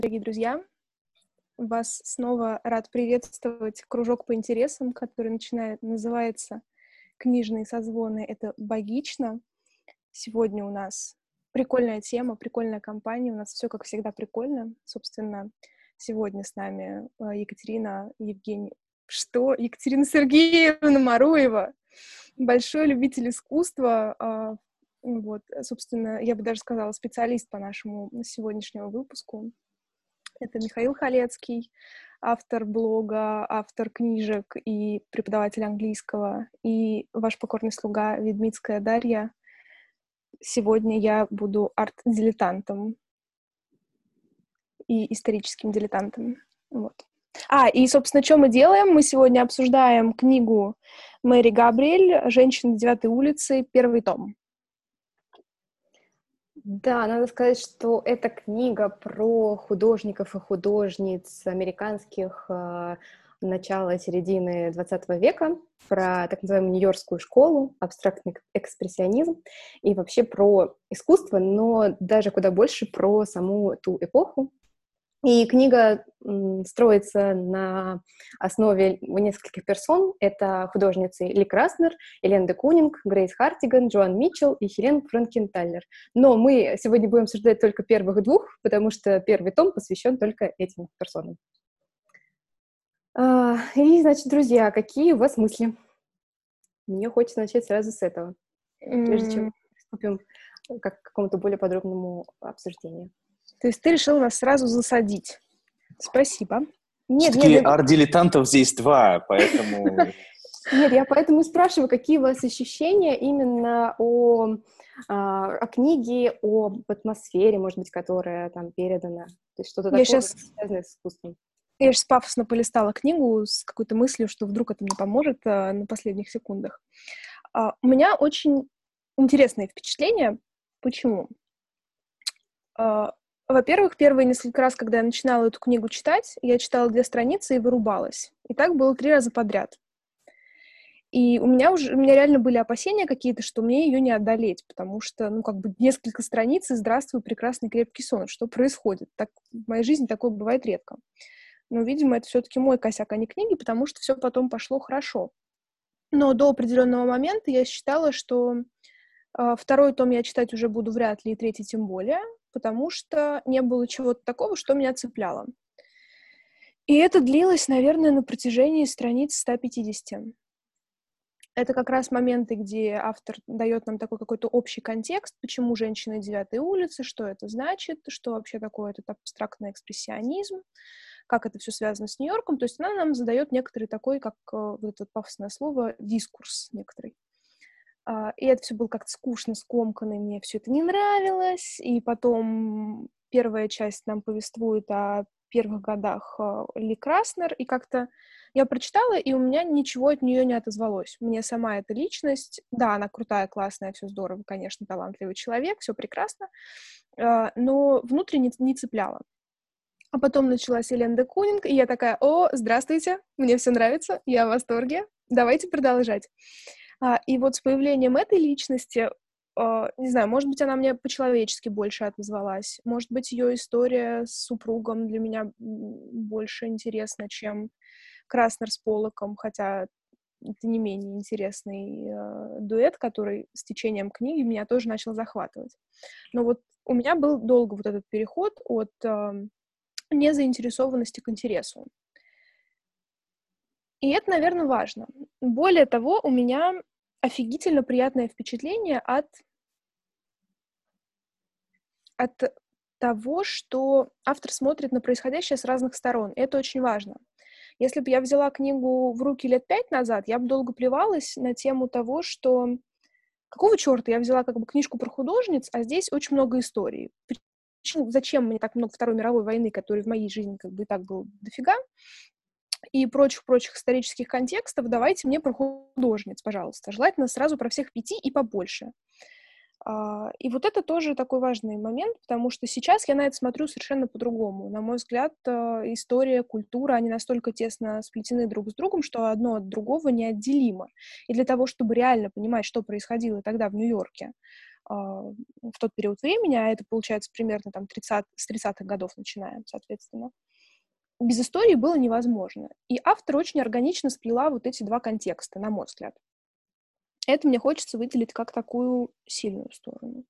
Дорогие друзья, вас снова рад приветствовать кружок по интересам, который называется «Книжные созвоны». Это «Богично». Сегодня у нас прикольная тема, прикольная компания, у нас все, как всегда, прикольно. Собственно, сегодня с нами Екатерина Сергеевна Маруева, большой любитель искусства, собственно, я бы даже сказала, специалист по нашему сегодняшнему выпуску. Это Михаил Халецкий, автор блога, автор книжек и преподаватель английского, и ваш покорный слуга Ведмицкая Дарья. Сегодня я буду арт-дилетантом и историческим дилетантом. Вот. И, собственно, что мы делаем? Мы сегодня обсуждаем книгу Мэри Габриэль «Женщины 9-й улицы», первый том. Да, надо сказать, что эта книга про художников и художниц американских начала середины 20 века, про так называемую Нью-Йоркскую школу, абстрактный экспрессионизм, и вообще про искусство, но даже куда больше про саму ту эпоху. И книга строится на основе нескольких персон. Это художницы Ли Краснер, Элен де Кунинг, Грейс Хартиган, Джоан Митчелл и Хелен Франкенталлер. Но мы сегодня будем обсуждать только первых двух, потому что первый том посвящен только этим персонам. И, значит, друзья, какие у вас мысли? Мне хочется начать сразу с этого, прежде чем приступим к какому-то более подробному обсуждению. То есть ты решил нас сразу засадить. Спасибо. Все-таки арт-дилетантов здесь два, поэтому... Нет, я поэтому и спрашиваю, какие у вас ощущения именно о книге, об атмосфере, может быть, которая там передана. То есть что-то такое, связанное с искусством. Я сейчас пафосно полистала книгу с какой-то мыслью, что вдруг это мне поможет на последних секундах. У меня очень интересные впечатления. Почему? Во-первых, первые несколько раз, когда я начинала эту книгу читать, я читала 2 страницы и вырубалась. И так было 3 раза подряд. И у меня реально были опасения какие-то, что мне ее не одолеть, потому что, несколько страниц, и здравствуй, прекрасный крепкий сон. Что происходит? Так, в моей жизни такое бывает редко. Но, видимо, это все-таки мой косяк, а не книги, потому что все потом пошло хорошо. Но до определенного момента я считала, что 2-й том я читать уже буду вряд ли, и 3-й тем более, потому что не было чего-то такого, что меня цепляло. И это длилось, наверное, на протяжении страниц 150. Это как раз моменты, где автор дает нам такой какой-то общий контекст, почему женщины 9-й улицы, что это значит, что вообще такое этот абстрактный экспрессионизм, как это все связано с Нью-Йорком. То есть она нам задает некоторый такой, как вот это пафосное слово, дискурс некоторый. И это все было как-то скучно, скомканно, мне все это не нравилось. И потом первая часть нам повествует о первых годах Ли Краснер, и как-то я прочитала, и у меня ничего от нее не отозвалось. Мне сама эта личность, да, она крутая, классная, все здорово, конечно, талантливый человек, все прекрасно, но внутренне не цепляла. А потом началась Элен де Кунинг, и я такая: о, здравствуйте, мне все нравится, я в восторге, давайте продолжать. И вот с появлением этой личности, не знаю, может быть, она мне по-человечески больше отозвалась, может быть, ее история с супругом для меня больше интересна, чем Краснер с Поллоком, хотя это не менее интересный дуэт, который с течением книги меня тоже начал захватывать. Но вот у меня был долго вот этот переход от незаинтересованности к интересу. И это, наверное, важно. Более того, у меня офигительно приятное впечатление от того, что автор смотрит на происходящее с разных сторон. И это очень важно. Если бы я взяла книгу в руки лет 5 назад, я бы долго плевалась на тему того, что какого черта я взяла книжку про художниц, а здесь очень много историй. Зачем мне так много Второй мировой войны, которой в моей жизни и так было дофига, и прочих-прочих исторических контекстов, давайте мне про художниц, пожалуйста. Желательно сразу про всех 5 и побольше. И вот это тоже такой важный момент, потому что сейчас я на это смотрю совершенно по-другому. На мой взгляд, история, культура, они настолько тесно сплетены друг с другом, что одно от другого неотделимо. И для того, чтобы реально понимать, что происходило тогда в Нью-Йорке, в тот период времени, а это, получается, примерно там с 30-х годов начинаем, соответственно, без истории было невозможно. И автор очень органично сплела вот эти два контекста, на мой взгляд. Это мне хочется выделить как такую сильную сторону.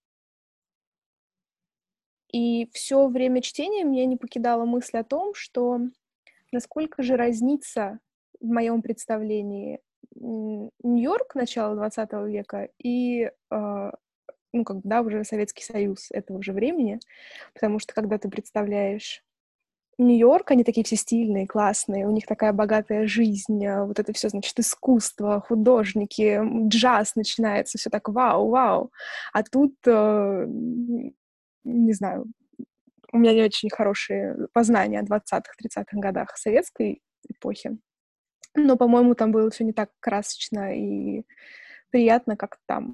И все время чтения меня не покидала мысль о том, что насколько же разнится в моем представлении Нью-Йорк начала 20 века и, уже Советский Союз этого же времени, потому что когда ты представляешь Нью-Йорк, они такие все стильные, классные, у них такая богатая жизнь, вот это все, значит, искусство, художники, джаз начинается, все так вау-вау. А тут, не знаю, у меня не очень хорошие познания о 20-х, 30-х годах советской эпохи, но, по-моему, там было все не так красочно и приятно, как там.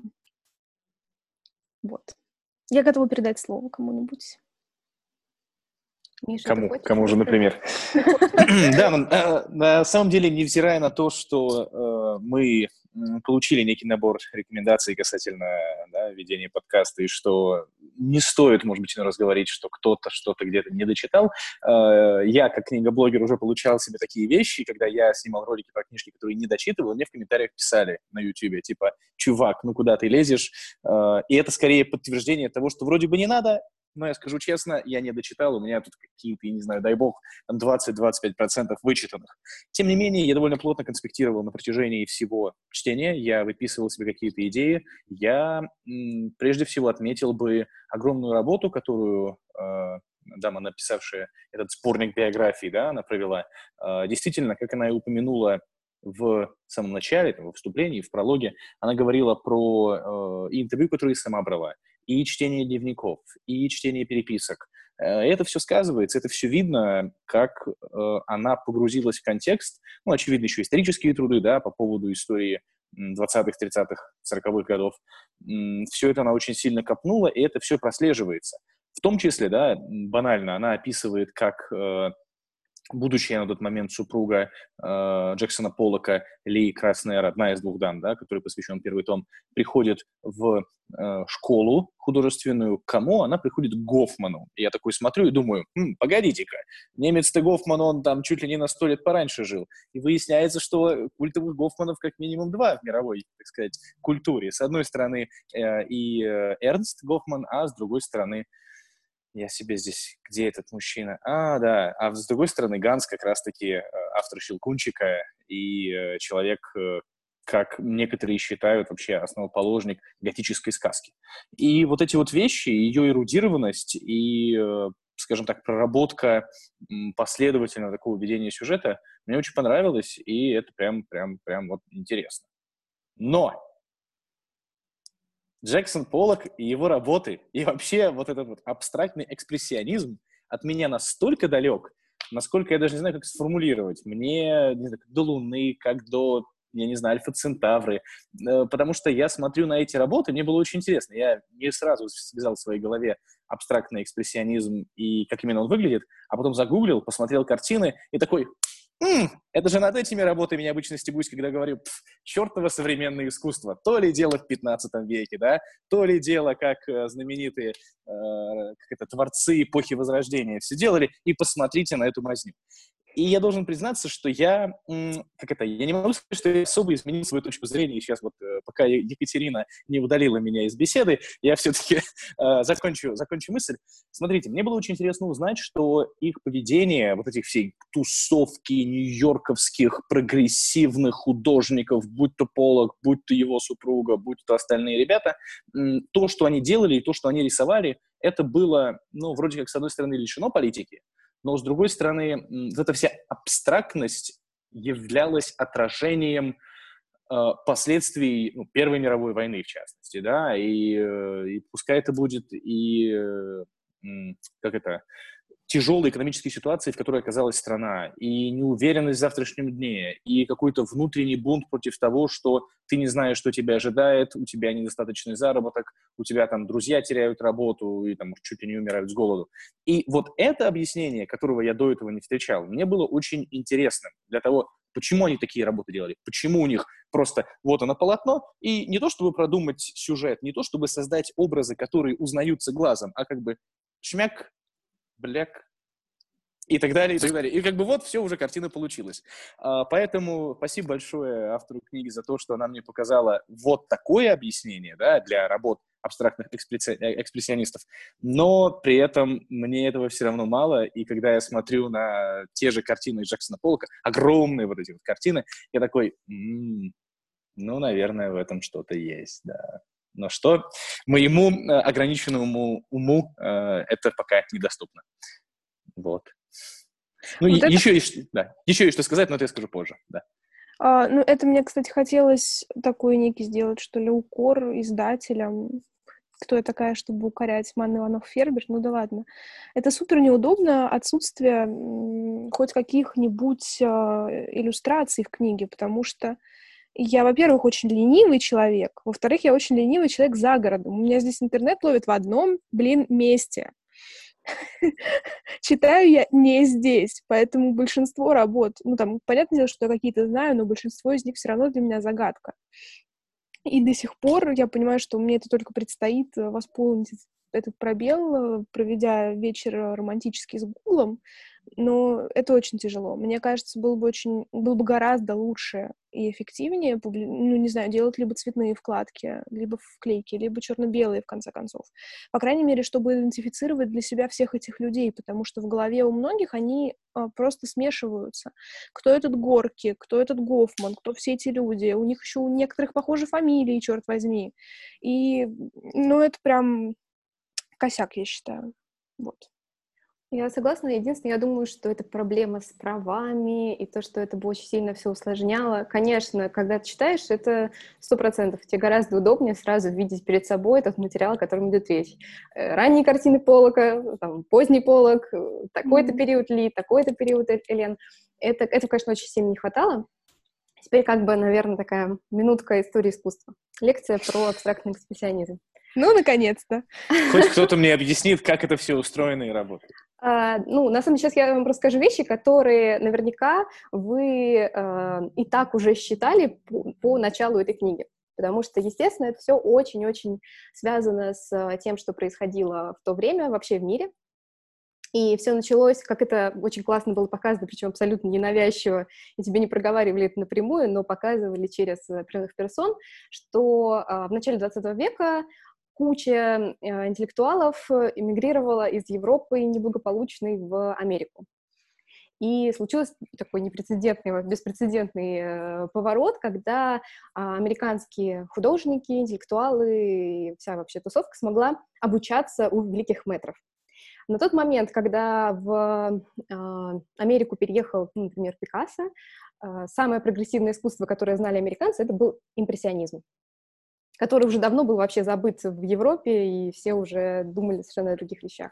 Вот. Я готова передать слово кому-нибудь. Миша, ты хочешь? Кому же, например? Да, на самом деле, невзирая на то, что мы получили некий набор рекомендаций касательно ведения подкаста, и что не стоит, может быть, иной раз говорить, что кто-то что-то где-то не дочитал, я, как книгоблогер, уже получал себе такие вещи, когда я снимал ролики про книжки, которые не дочитывал, мне в комментариях писали на YouTube, типа, чувак, ну куда ты лезешь? И это скорее подтверждение того, что вроде бы не надо, но я скажу честно, я не дочитал, у меня тут какие-то, я не знаю, дай бог, 20-25% вычитанных. Тем не менее, я довольно плотно конспектировал на протяжении всего чтения, я выписывал себе какие-то идеи, я прежде всего отметил бы огромную работу, которую дама, написавшая этот сборник биографий, да, она провела. Действительно, как она и упомянула в самом начале, во вступлении, в прологе, она говорила про интервью, которые сама брала, и чтение дневников, и чтение переписок. Это все сказывается, это все видно, как она погрузилась в контекст. Ну, очевидно, еще исторические труды, да, по поводу истории 20-х, 30-х, 40-х годов. Все это она очень сильно копнула, и это все прослеживается. В том числе, да, банально, она описывает, как будущая на тот момент супруга Джексона Поллока, Ли Краснер, одна из двух дам, да, которой посвящен первый том, приходит в школу художественную. К кому? Она приходит к Гофману. И я такой смотрю и думаю, погодите-ка, немец-то Гофман, он там чуть ли не на 100 лет пораньше жил. И выясняется, что культовых Гофманов как минимум два в мировой, так сказать, культуре. С одной стороны и Эрнст Гофман, а с другой стороны я себе здесь, где этот мужчина? Да. А с другой стороны, Ганс как раз-таки автор «Щелкунчика» и человек, как некоторые считают, вообще основоположник готической сказки. И вот эти вот вещи, ее эрудированность и, скажем так, проработка последовательного такого ведения сюжета мне очень понравилось, и это прям вот интересно. Но Джексон Поллок и его работы, и вообще вот этот вот абстрактный экспрессионизм от меня настолько далек, насколько я даже не знаю, как сформулировать. Мне, не знаю, как до Луны, как до, я не знаю, Альфа Центавры, потому что я смотрю на эти работы, мне было очень интересно. Я не сразу связал в своей голове абстрактный экспрессионизм и как именно он выглядит, а потом загуглил, посмотрел картины и такой... это же над этими работами я обычно стебусь, когда говорю, чертово современное искусство. То ли дело в 15 веке, да, то ли дело, как знаменитые творцы эпохи Возрождения все делали, и посмотрите на эту мазню. И я должен признаться, что я не могу сказать, что я особо изменил свою точку зрения. И сейчас вот, пока Екатерина не удалила меня из беседы, я все-таки закончу мысль. Смотрите, мне было очень интересно узнать, что их поведение, вот этих всей тусовки нью-йорковских прогрессивных художников, будь то Поллок, будь то его супруга, будь то остальные ребята, то, что они делали и то, что они рисовали, это было, вроде как, с одной стороны, лишено политики, но, с другой стороны, эта вся абстрактность являлась отражением последствий Первой мировой войны, в частности, да, и пускай это будет тяжелой экономической ситуации, в которой оказалась страна, и неуверенность в завтрашнем дне, и какой-то внутренний бунт против того, что ты не знаешь, что тебя ожидает, у тебя недостаточный заработок, у тебя там друзья теряют работу и там чуть ли не умирают с голоду. И вот это объяснение, которого я до этого не встречал, мне было очень интересным для того, почему они такие работы делали, почему у них Просто вот оно полотно, и не то, чтобы продумать сюжет, не то, чтобы создать образы, которые узнаются глазом, а как бы шмяк, бляк, и так далее, и так далее. И как бы вот все, уже картина получилась. Поэтому спасибо большое автору книги за то, что она мне показала вот такое объяснение, да, для работ абстрактных экспрессионистов, но при этом мне этого все равно мало, и когда я смотрю на те же картины Джексона Поллока, огромные вот эти вот картины, я такой, ну, наверное, в этом что-то есть, да. Но что моему ограниченному уму это пока недоступно. Вот. Ну, Вот это, еще есть что сказать, но это я скажу позже, да. ну, это мне, кстати, хотелось такой некий сделать, что ли, укор издателям. Кто я такая, чтобы укорять Манну Иванов-Фербер? Ну да ладно. Это супер неудобно, отсутствие хоть каких-нибудь иллюстраций в книге, потому что я, во-первых, очень ленивый человек, во-вторых, я очень ленивый человек за городом. У меня здесь интернет ловит в одном, месте. Читаю я не здесь, поэтому большинство работ, ну, там, понятное дело, что я какие-то знаю, но большинство из них все равно для меня загадка. И до сих пор я понимаю, что мне это только предстоит восполнить этот пробел, проведя вечер романтический с Гуглом, но это очень тяжело. Мне кажется, было бы гораздо лучше и эффективнее, ну, не знаю, делать либо цветные вкладки, либо вклейки, либо черно-белые, в конце концов. По крайней мере, чтобы идентифицировать для себя всех этих людей, потому что в голове у многих они просто смешиваются. Кто этот Горки, кто этот Гофман, кто все эти люди. У них еще у некоторых похожи фамилии, черт возьми. И, ну, это прям косяк, я считаю. Вот. Я согласна. Единственное, я думаю, что это проблема с правами, и то, что это бы очень сильно все усложняло. Конечно, когда ты читаешь, это 100%. Тебе гораздо удобнее сразу видеть перед собой тот материал, о котором идет речь. Ранние картины Поллока, там, поздний Поллок, такой-то период Ли, такой-то период Элен. Это, конечно, очень сильно не хватало. Теперь как бы, наверное, такая минутка истории искусства. Лекция про абстрактный экспрессионизм. Ну, наконец-то. Хоть кто-то мне объяснит, как это все устроено и работает. Ну, на самом деле, сейчас я вам расскажу вещи, которые наверняка вы и так уже считали по началу этой книги. Потому что, естественно, это все очень-очень связано с тем, что происходило в то время вообще в мире. И все началось, как это очень классно было показано, причем абсолютно ненавязчиво, и тебе не проговаривали это напрямую, но показывали через определенных персон, что в начале 20 века куча интеллектуалов эмигрировала из Европы неблагополучной в Америку. И случился такой беспрецедентный поворот, когда американские художники, интеллектуалы и вся вообще тусовка смогла обучаться у великих мэтров. На тот момент, когда в Америку переехал, например, Пикассо, самое прогрессивное искусство, которое знали американцы, это был импрессионизм, который уже давно был вообще забыт в Европе, и все уже думали совершенно о других вещах.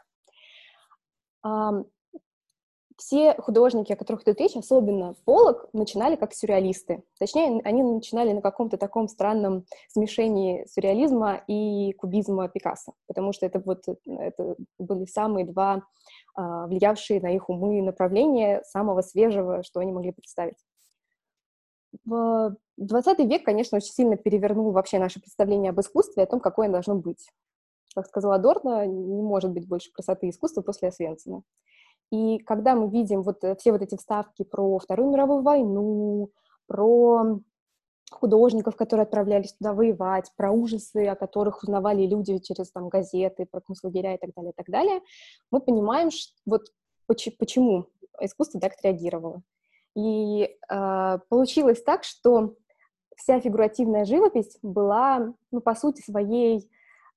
Все художники, о которых идет речь, особенно Поллок, начинали как сюрреалисты. Точнее, они начинали на каком-то таком странном смешении сюрреализма и кубизма Пикассо, потому что это были самые два влиявшие на их умы направления самого свежего, что они могли представить. В 20 век, конечно, очень сильно перевернул вообще наше представление об искусстве, о том, какое оно должно быть. Как сказала Адорно, не может быть больше красоты искусства после Освенцима. И когда мы видим все эти вставки про Вторую мировую войну, про художников, которые отправлялись туда воевать, про ужасы, о которых узнавали люди через газеты, про концлагеря и так далее, мы понимаем, почему искусство так отреагировало. И получилось так, что вся фигуративная живопись была, по сути своей,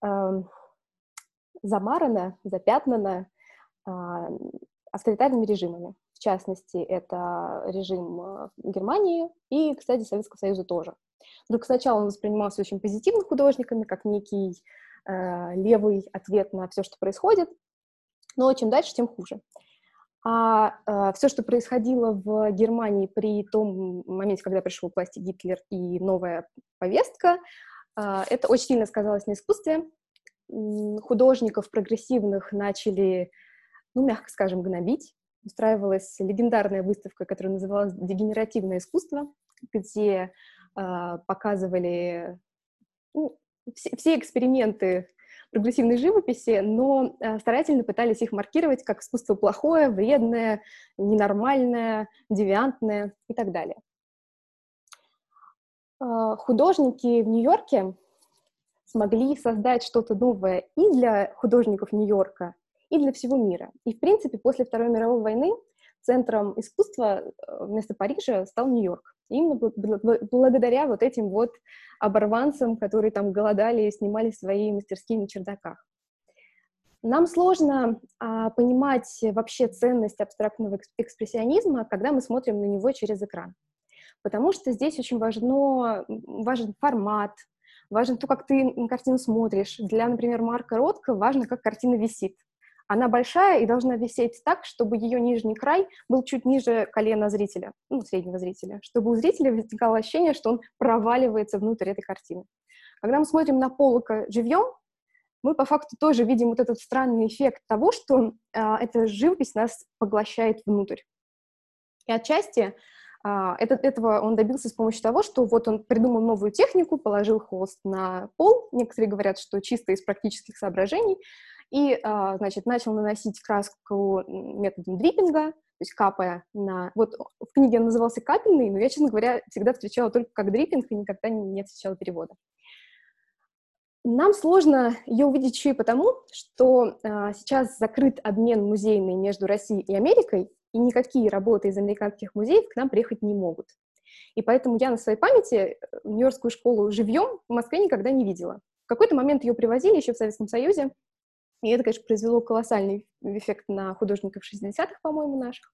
замарана, запятнана авторитарными режимами. В частности, это режим Германии и, кстати, Советского Союза тоже. Только сначала он воспринимался очень позитивно художниками, как некий левый ответ на все, что происходит, но чем дальше, тем хуже. Все, что происходило в Германии при том моменте, когда пришел к власти Гитлер и новая повестка, это очень сильно сказалось на искусстве. Художников прогрессивных начали, мягко скажем, гнобить. Устраивалась легендарная выставка, которая называлась «Дегенеративное искусство», где показывали все эксперименты прогрессивной живописи, но старательно пытались их маркировать как искусство плохое, вредное, ненормальное, девиантное и так далее. Художники в Нью-Йорке смогли создать что-то новое и для художников Нью-Йорка, и для всего мира. И, в принципе, после Второй мировой войны центром искусства вместо Парижа стал Нью-Йорк. Именно благодаря вот этим вот оборванцам, которые там голодали и снимали свои мастерские на чердаках. Нам сложно понимать вообще ценность абстрактного экспрессионизма, когда мы смотрим на него через экран. Потому что здесь очень важен формат, важен то, как ты на картину смотришь. Для, например, Марка Ротко важно, как картина висит. Она большая и должна висеть так, чтобы ее нижний край был чуть ниже колена зрителя, среднего зрителя, чтобы у зрителя возникало ощущение, что он проваливается внутрь этой картины. Когда мы смотрим на Поллока живьем, мы по факту тоже видим вот этот странный эффект того, что эта живопись нас поглощает внутрь. И отчасти этого он добился с помощью того, что вот он придумал новую технику, положил холст на пол, некоторые говорят, что чисто из практических соображений, и, значит, начал наносить краску методом дриппинга, то есть капая на... Вот в книге он назывался капельный, но я, честно говоря, всегда встречала только как дриппинг и никогда не встречала перевода. Нам сложно ее увидеть еще и потому, что сейчас закрыт обмен музейный между Россией и Америкой, и никакие работы из американских музеев к нам приехать не могут. И поэтому я на своей памяти Нью-Йоркскую школу живьем в Москве никогда не видела. В какой-то момент ее привозили еще в Советском Союзе, и это, конечно, произвело колоссальный эффект на художников 60-х, по-моему, наших.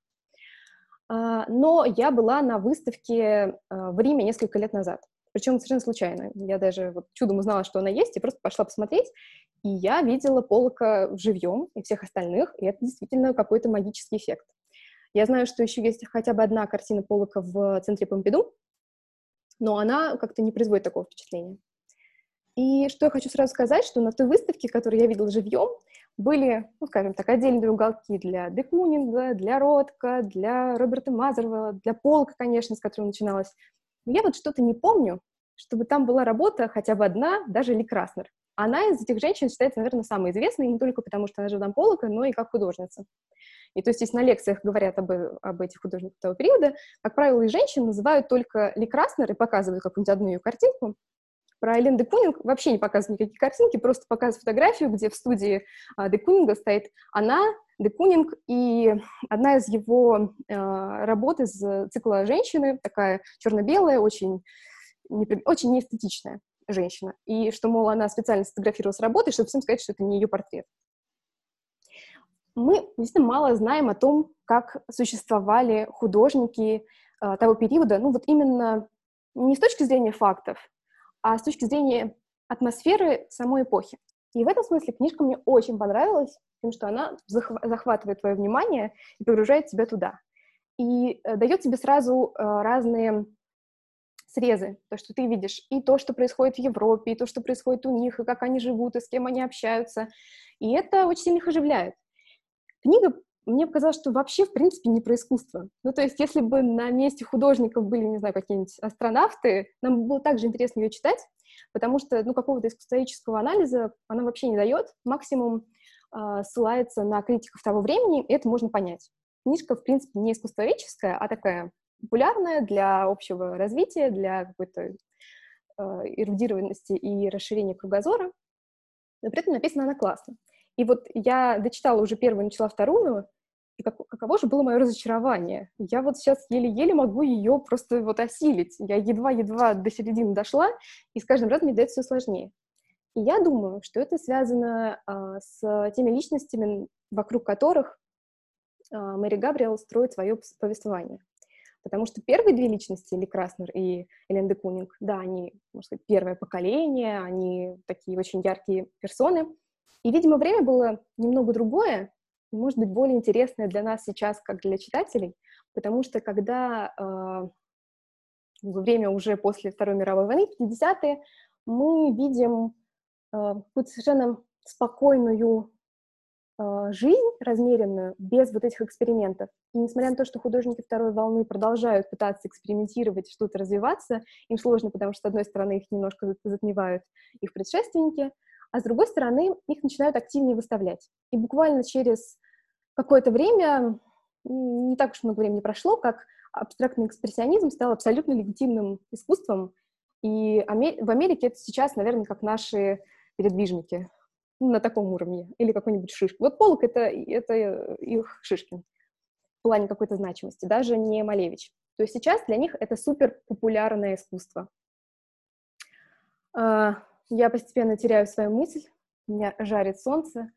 Но я была на выставке в Риме несколько лет назад. Причем совершенно случайно. Я даже вот чудом узнала, что она есть, и просто пошла посмотреть. И я видела Поллока живьем и всех остальных, и это действительно какой-то магический эффект. Я знаю, что еще есть хотя бы одна картина Поллока в центре Помпиду, но она как-то не производит такого впечатления. И что я хочу сразу сказать, что на той выставке, которую я видела живьем, были, скажем так, отдельные уголки для де Кунинга, для Ротко, для Роберта Мазервелла, для Поллока, конечно, с которого начиналось. Но я вот что-то не помню, чтобы там была работа хотя бы одна, даже Ли Краснер. Она из этих женщин считается, наверное, самой известной, не только потому, что она жила Поллока, но и как художница. И то есть, если на лекциях говорят об этих художниках того периода, как правило, и женщин называют только Ли Краснер и показывают какую-нибудь одну ее картинку. Про Элен де Кунинг вообще не показывают никакие картинки, просто показывают фотографию, где в студии де Кунинга стоит она, де Кунинг, и одна из его работ из цикла «Женщины», такая черно-белая, очень неэстетичная женщина. И что, мол, она специально сфотографировалась с работой, чтобы всем сказать, что это не ее портрет. Мы действительно мало знаем о том, как существовали художники того периода, вот именно не с точки зрения фактов, а с точки зрения атмосферы самой эпохи. И в этом смысле книжка мне очень понравилась, тем, что она захватывает твое внимание и погружает тебя туда. И дает тебе сразу разные срезы, то, что ты видишь, и то, что происходит в Европе, и то, что происходит у них, и как они живут, и с кем они общаются. И это очень сильно их оживляет. Книга, мне показалось, что вообще, в принципе, не про искусство. То есть, если бы на месте художников были, не знаю, какие-нибудь астронавты, нам было также интересно ее читать, потому что, какого-то искусствоведческого анализа она вообще не дает, максимум ссылается на критиков того времени, и это можно понять. Книжка, в принципе, не искусствоведческая, а такая популярная для общего развития, для какой-то эрудированности и расширения кругозора, но при этом написана она классно. И вот я дочитала уже первую, начала вторую, и каково же было мое разочарование. Я вот сейчас еле-еле могу ее просто вот осилить. Я едва-едва до середины дошла, и с каждым разом мне дается все сложнее. И я думаю, что это связано с теми личностями, вокруг которых Мэри Габриэл строит свое повествование. Потому что первые две личности, Ли Краснер и Элен де Кунинг, да, они, можно сказать, первое поколение, они такие очень яркие персоны. И, видимо, время было немного другое, и, может быть, более интересное для нас сейчас, как для читателей, потому что когда время уже после Второй мировой войны, 50-е, мы видим какую-то совершенно спокойную жизнь размеренную, без вот этих экспериментов. И несмотря на то, что художники второй волны продолжают пытаться экспериментировать, что-то развиваться, им сложно, потому что, с одной стороны, их немножко затмевают их предшественники, а с другой стороны, их начинают активнее выставлять. И буквально через какое-то время, не так уж много времени прошло, как абстрактный экспрессионизм стал абсолютно легитимным искусством, и в Америке это сейчас, наверное, как наши передвижники, на таком уровне, или какой-нибудь Шишкин. Вот Поллок — это их Шишкин в плане какой-то значимости, даже не Малевич. То есть сейчас для них это супер популярное искусство. Я постепенно теряю свою мысль, меня жарит солнце.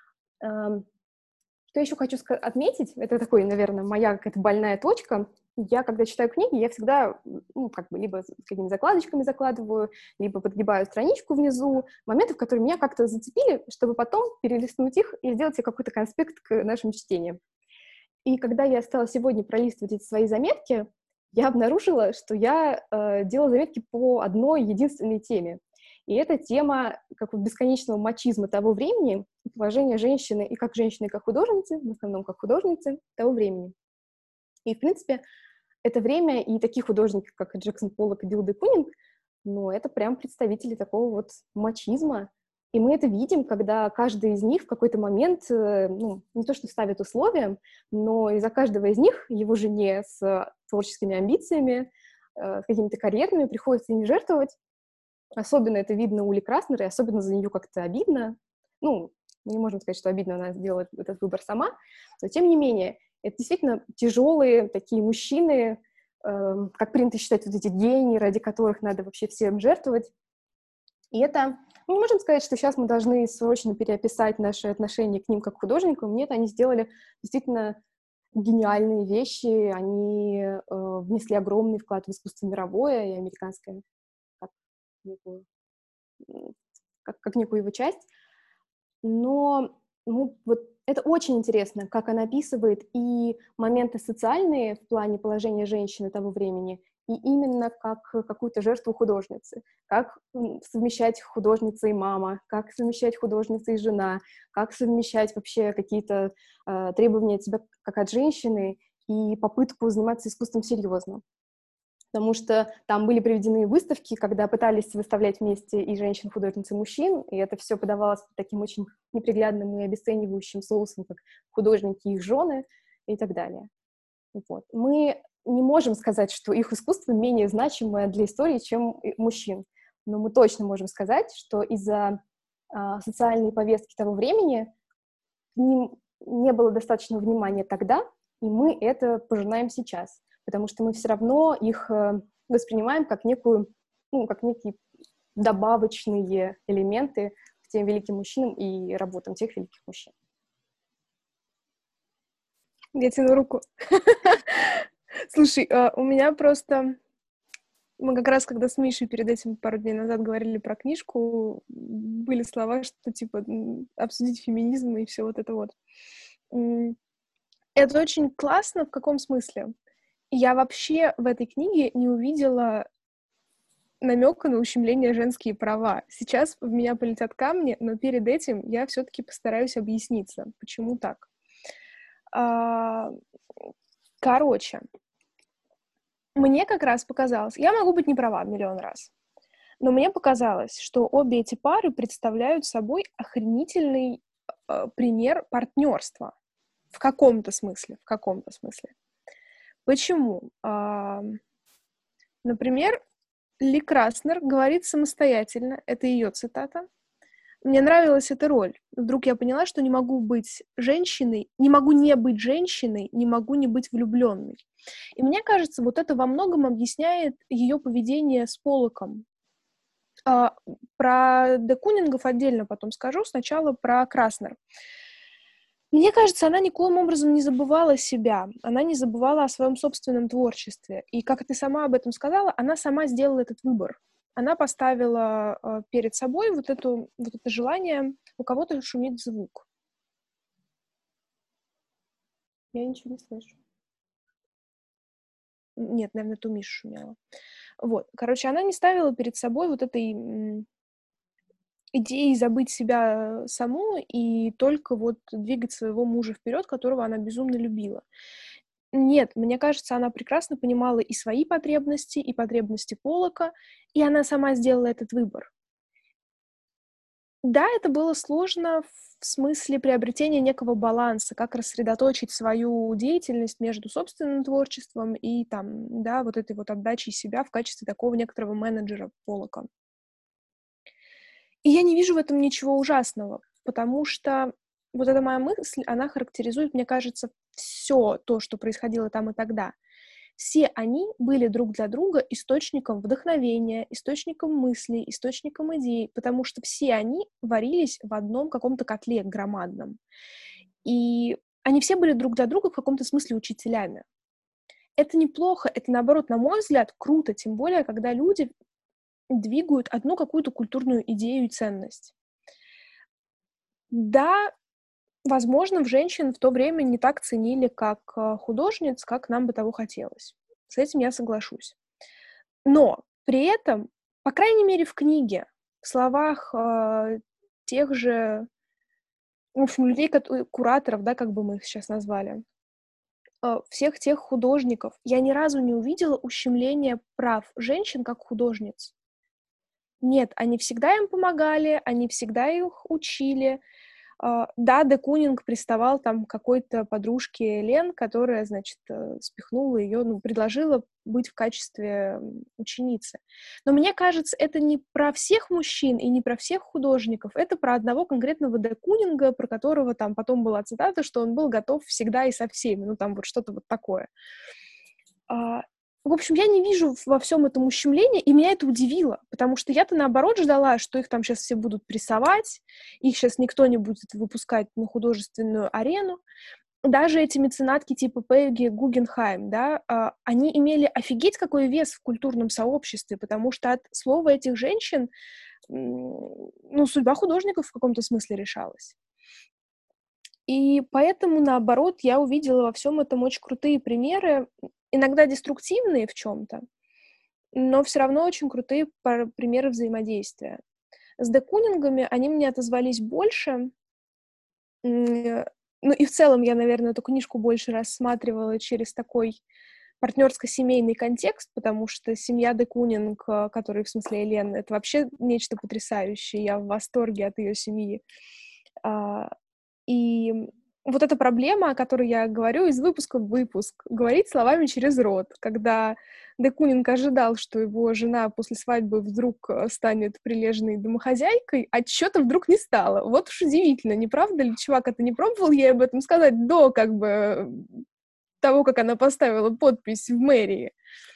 Что еще хочу отметить, это такой, наверное, моя какая-то больная точка. Я, когда читаю книги, я всегда, либо с какими-то закладочками закладываю, либо подгибаю страничку внизу, моменты, которые меня как-то зацепили, чтобы потом перелистнуть их и сделать себе какой-то конспект к нашим чтениям. И когда я стала сегодня пролистывать эти свои заметки, я обнаружила, что я делала заметки по одной единственной теме. И это тема как бесконечного мачизма того времени, положения женщины и как женщины, и как художницы, в основном как художницы того времени. И, в принципе, это время и таких художников, как Джексон Поллок и Билл де Кунинг, это прям представители такого вот мачизма. И мы это видим, когда каждый из них в какой-то момент, не то что ставит условия, но из-за каждого из них его жене с творческими амбициями, с какими-то карьерными приходится ими жертвовать. Особенно это видно у Ли Краснер, и особенно за нее как-то обидно. Мы не можем сказать, что обидно, она сделала этот выбор сама, но тем не менее, это действительно тяжелые такие мужчины, как принято считать, вот эти гении, ради которых надо вообще всем жертвовать. И это... Мы не можем сказать, что сейчас мы должны срочно переописать наши отношения к ним как к художникам. Нет, они сделали действительно гениальные вещи, они внесли огромный вклад в искусство мировое и американское, как некую его часть. Но это очень интересно, как она описывает и моменты социальные в плане положения женщины того времени, и именно как какую-то жертву художницы, как совмещать художница и мама, как совмещать художница и жена, как совмещать вообще какие-то требования от себя как от женщины и попытку заниматься искусством серьезно. Потому что там были приведены выставки, когда пытались выставлять вместе и женщин-художниц, и мужчин, и это все подавалось таким очень неприглядным и обесценивающим соусом, как художники и их жены и так далее. Вот. Мы не можем сказать, что их искусство менее значимое для истории, чем мужчин, но мы точно можем сказать, что из-за социальной повестки того времени к ним не было достаточного внимания тогда, и мы это пожинаем сейчас, потому что мы все равно их воспринимаем как как некие добавочные элементы к тем великим мужчинам и работам тех великих мужчин. Я тяну руку. Слушай, у меня просто... Мы как раз, когда с Мишей перед этим пару дней назад говорили про книжку, были слова, что типа обсудить феминизм и все вот это вот. Это очень классно в каком смысле? Я вообще в этой книге не увидела намека на ущемление женские права. Сейчас в меня полетят камни, но перед этим я все-таки постараюсь объясниться, почему так. Короче, мне как раз показалось, я могу быть не права миллион раз, но мне показалось, что обе эти пары представляют собой охренительный пример партнерства. В каком-то смысле. Почему? Например, Ли Краснер говорит самостоятельно, это ее цитата. Мне нравилась эта роль. Вдруг я поняла, что не могу быть женщиной, не могу не быть женщиной, не могу не быть влюбленной. И мне кажется, вот это во многом объясняет ее поведение с Поллоком. Про де Кунингов отдельно потом скажу, сначала про Краснер. Мне кажется, она никоим образом не забывала себя, она не забывала о своем собственном творчестве. И, как ты сама об этом сказала, она сама сделала этот выбор. Она поставила перед собой вот это желание, у кого-то шумит звук. Я ничего не слышу. Нет, наверное, это у Миши шумело. Вот, короче, она не ставила перед собой вот этой идеей забыть себя саму и только вот двигать своего мужа вперед, которого она безумно любила. Нет, мне кажется, она прекрасно понимала и свои потребности, и потребности Поллока, и она сама сделала этот выбор. Да, это было сложно в смысле приобретения некого баланса, как рассредоточить свою деятельность между собственным творчеством и там, да, вот этой вот отдачей себя в качестве такого некоторого менеджера Поллока. И я не вижу в этом ничего ужасного, потому что вот эта моя мысль, она характеризует, мне кажется, все то, что происходило там и тогда. Все они были друг для друга источником вдохновения, источником мыслей, источником идей, потому что все они варились в одном каком-то котле громадном. И они все были друг для друга в каком-то смысле учителями. Это неплохо, это, наоборот, на мой взгляд, круто, тем более, когда люди двигают одну какую-то культурную идею и ценность. Да, возможно, в женщин в то время не так ценили как художниц, как нам бы того хотелось. С этим я соглашусь. Но при этом, по крайней мере, в книге, в словах тех же, в общем, людей, кураторов, да, как бы мы их сейчас назвали, всех тех художников, я ни разу не увидела ущемления прав женщин как художниц. Нет, они всегда им помогали, они всегда их учили. Да, де Кунинг приставал там к какой-то подружке Лен, которая, значит, спихнула ее, ну, предложила быть в качестве ученицы. Но мне кажется, это не про всех мужчин и не про всех художников, это про одного конкретного де Кунинга, про которого там потом была цитата, что он был готов всегда и со всеми, ну, там вот что-то вот такое. В общем, я не вижу во всем этом ущемления, и меня это удивило, потому что я-то, наоборот, ждала, что их там сейчас все будут прессовать, их сейчас никто не будет выпускать на художественную арену. Даже эти меценатки типа Пегги Гугенхайм, да, они имели офигеть какой вес в культурном сообществе, потому что от слова этих женщин, ну, судьба художников в каком-то смысле решалась. И поэтому, наоборот, я увидела во всем этом очень крутые примеры, иногда деструктивные в чем-то, но все равно очень крутые примеры взаимодействия. С де Кунингами они мне отозвались больше. Ну и в целом я, наверное, эту книжку больше рассматривала через такой партнерско-семейный контекст, потому что семья де Кунинг, который, в смысле, Элен, это вообще нечто потрясающее. Я в восторге от ее семьи. И вот эта проблема, о которой я говорю из выпуска в выпуск, говорить словами через рот, когда де Кунинг ожидал, что его жена после свадьбы вдруг станет прилежной домохозяйкой, а чего-то вдруг не стало. Вот уж удивительно, не правда ли, чувак, это не пробовал ей об этом сказать до как бы того, как она поставила подпись в мэрии?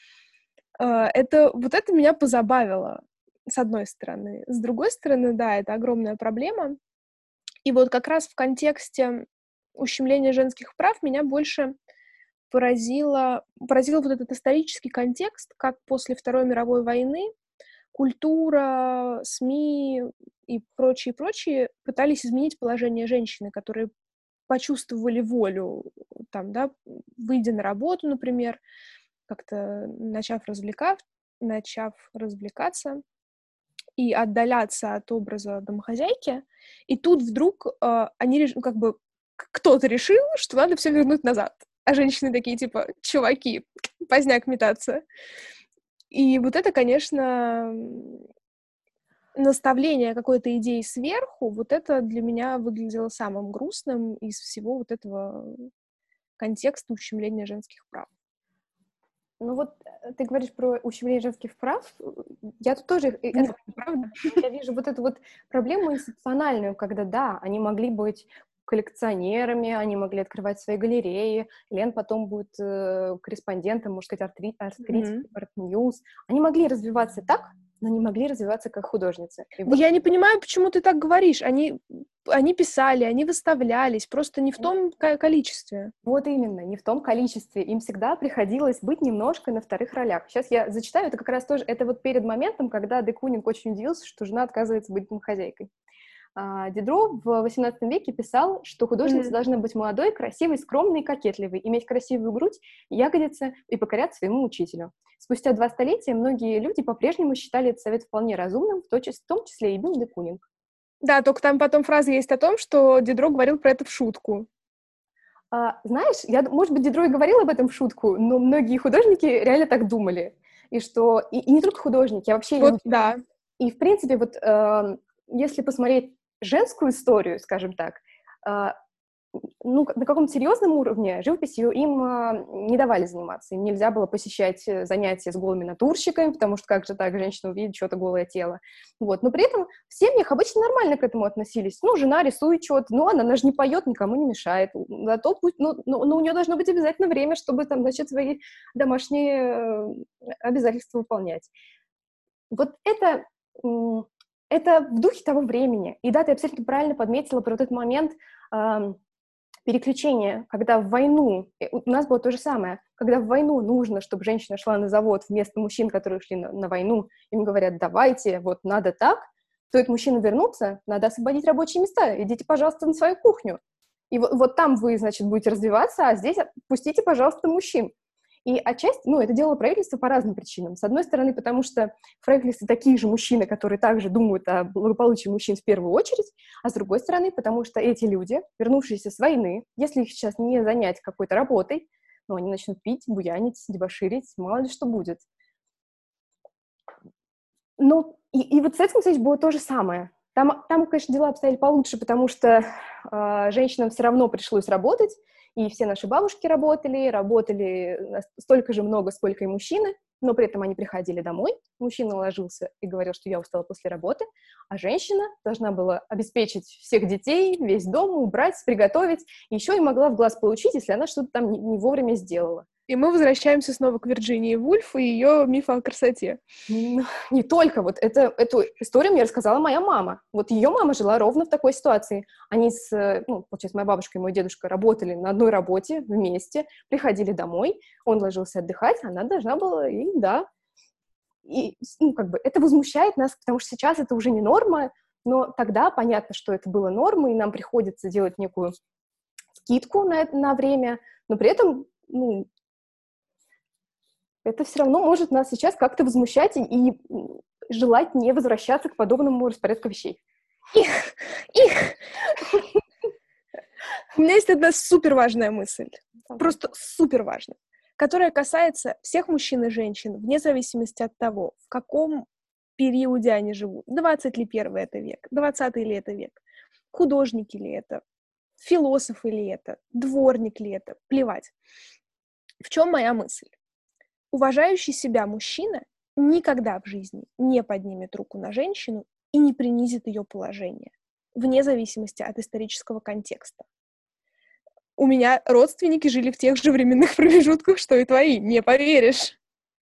Вот это меня позабавило, с одной стороны. С другой стороны, да, это огромная проблема. И вот как раз в контексте ущемления женских прав меня больше поразил вот этот исторический контекст, как после Второй мировой войны культура, СМИ и прочие пытались изменить положение женщины, которые почувствовали волю, там, да, выйдя на работу, например, как-то начав развлекаться и отдаляться от образа домохозяйки, и тут вдруг как бы кто-то решил, что надо все вернуть назад. А женщины такие, типа, чуваки, поздняк метаться. И вот это, конечно, наставление какой-то идеи сверху, вот это для меня выглядело самым грустным из всего вот этого контекста ущемления женских прав. Ну вот ты говоришь про ущемление женских прав. Я тут тоже правда? Я вижу вот эту вот проблему институциональную, когда, да, они могли быть коллекционерами, они могли открывать свои галереи, Лен потом будет корреспондентом, можно сказать, арт-критикой, арт-ньюс. Они могли развиваться так, но не могли развиваться как художницы. И вот... Я не понимаю, почему ты так говоришь. Они писали, они выставлялись, просто не в том количестве. Вот именно, не в том количестве. Им всегда приходилось быть немножко на вторых ролях. Сейчас я зачитаю, это как раз тоже, это вот перед моментом, когда де Кунинг очень удивился, что жена отказывается быть домохозяйкой. Дидро в XVIII веке писал, что художница должна быть молодой, красивой, скромной и кокетливой, иметь красивую грудь, ягодицы и покоряться своему учителю. Спустя 2 столетия многие люди по-прежнему считали этот совет вполне разумным, в том числе и Билл де Кунинг. Да, только там потом фраза есть о том, что Дидро говорил про это в шутку. Знаешь, может быть, Дидро и говорил об этом в шутку, но многие художники реально так думали. И что... И не только художники, а вообще Вот, люди. да. И, в принципе, вот если посмотреть женскую историю, скажем так, ну, на каком-то серьезном уровне живописью им не давали заниматься. Им нельзя было посещать занятия с голыми натурщиками, потому что как же так женщина увидит что-то голое тело. Вот. Но при этом в семьях обычно нормально к этому относились. Ну, жена рисует что-то, ну, она же не поет, никому не мешает. Зато пусть, ну, у нее должно быть обязательно время, чтобы там, значит, свои домашние обязательства выполнять. Вот это в духе того времени. И да, ты абсолютно правильно подметила про этот момент переключения, когда в войну, у нас было то же самое, когда в войну нужно, чтобы женщина шла на завод вместо мужчин, которые шли на войну, им говорят, давайте, вот надо так, стоит мужчина вернуться, надо освободить рабочие места, идите, пожалуйста, на свою кухню. И вот там вы, значит, будете развиваться, а здесь пустите, пожалуйста, мужчин. И отчасти, ну, это делало правительство по разным причинам. С одной стороны, потому что фрейклисты такие же мужчины, которые также думают о благополучии мужчин в первую очередь, а с другой стороны, потому что эти люди, вернувшиеся с войны, если их сейчас не занять какой-то работой, ну, они начнут пить, буянить, дебоширить, мало ли что будет. Ну, и вот с этим, кстати, было то же самое. Там, конечно, дела обстояли получше, потому что женщинам все равно пришлось работать, и все наши бабушки работали столько же много, сколько и мужчины, но при этом они приходили домой, мужчина ложился и говорил, что я устала после работы, а женщина должна была обеспечить всех детей, весь дом, убрать, приготовить, и еще и могла в глаз получить, если она что-то там не вовремя сделала. И мы возвращаемся снова к Вирджинии Вульф и ее мифу о красоте. Не только. Вот эту историю мне рассказала моя мама. Вот ее мама жила ровно в такой ситуации. Они получается, моя бабушка и мой дедушка работали на одной работе вместе, приходили домой, он ложился отдыхать, она должна была, и да. И, как бы, это возмущает нас, потому что сейчас это уже не норма, но тогда понятно, что это было нормой, и нам приходится делать некую скидку на время, но при этом, это все равно может нас сейчас как-то возмущать и желать не возвращаться к подобному распорядку вещей. Их! У меня есть одна супер важная мысль, просто супер важная, которая касается всех мужчин и женщин, вне зависимости от того, в каком периоде они живут. 20 ли первый это век, 20 ли это век, художники ли это, философы ли это, дворник ли это, плевать. В чем моя мысль? Уважающий себя мужчина никогда в жизни не поднимет руку на женщину и не принизит ее положение, вне зависимости от исторического контекста. У меня родственники жили в тех же временных промежутках, что и твои, не поверишь.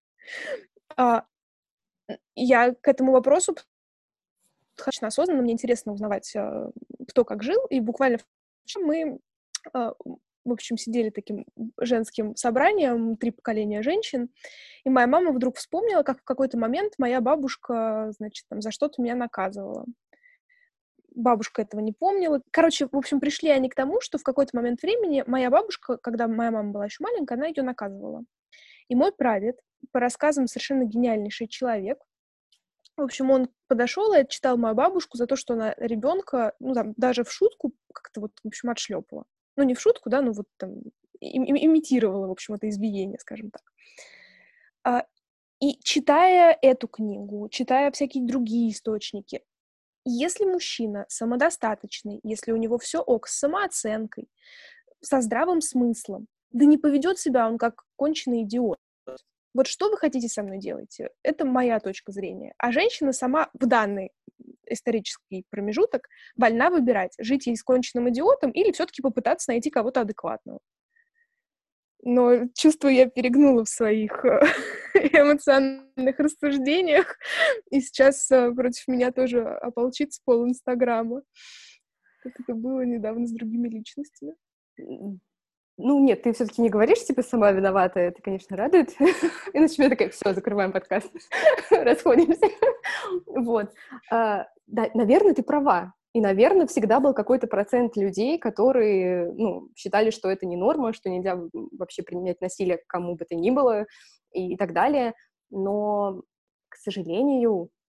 Я к этому вопросу достаточно осознанно, мне интересно узнавать, кто как жил, и буквально мы, в общем, сидели таким женским собранием, 3 поколения женщин, и моя мама вдруг вспомнила, как в какой-то момент моя бабушка, значит, там, за что-то меня наказывала. Бабушка этого не помнила. Короче, в общем, пришли они к тому, что в какой-то момент времени моя бабушка, когда моя мама была еще маленькая, она ее наказывала. И мой прадед, по рассказам совершенно гениальнейший человек, в общем, он подошел и отчитал мою бабушку за то, что она ребенка, там, даже в шутку как-то вот, в общем, отшлепала. Ну, не в шутку, да, вот там имитировала, в общем, это избиение, скажем так. И читая эту книгу, читая всякие другие источники, если мужчина самодостаточный, если у него все ок с самооценкой, со здравым смыслом, да не поведет себя он как конченый идиот. Вот что вы хотите со мной делать? Это моя точка зрения. А женщина сама в данный исторический промежуток вольна выбирать, жить ей с конченным идиотом или все-таки попытаться найти кого-то адекватного. Но чувство я перегнула в своих эмоциональных рассуждениях, и сейчас против меня тоже ополчится пол Инстаграма, как это было недавно с другими личностями. Нет, ты все-таки не говоришь, типа, сама виновата, это, конечно, радует. Иначе я такая, все, закрываем подкаст, расходимся. Вот. Да, наверное, ты права. И, наверное, всегда был какой-то процент людей, которые, считали, что это не норма, что нельзя вообще применять насилие к кому бы то ни было и так далее. Но, к сожалению,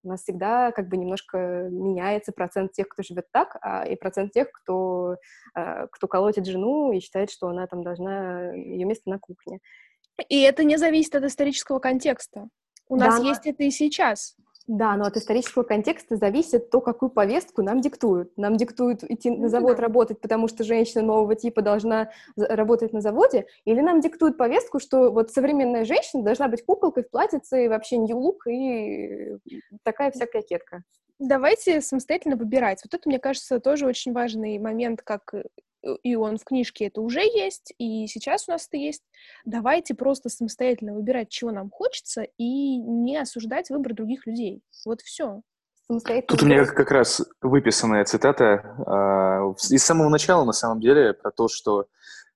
У нас всегда как бы немножко меняется процент тех, кто живет так, и процент тех, кто колотит жену и считает, что она там должна, ее место на кухне. И это не зависит от исторического контекста. У нас есть это и сейчас. Да, но от исторического контекста зависит то, какую повестку нам диктуют. Нам диктуют идти на завод работать, потому что женщина нового типа должна работать на заводе, или нам диктуют повестку, что вот современная женщина должна быть куколкой в платьице, и вообще нью-лук, и такая вся кокетка. Давайте самостоятельно выбирать. Вот это, мне кажется, тоже очень важный момент, как и он в книжке это уже есть, и сейчас у нас это есть. Давайте просто самостоятельно выбирать, чего нам хочется, и не осуждать выбор других людей. Вот все. Тут у меня как раз выписанная цитата из самого начала, на самом деле, про то, что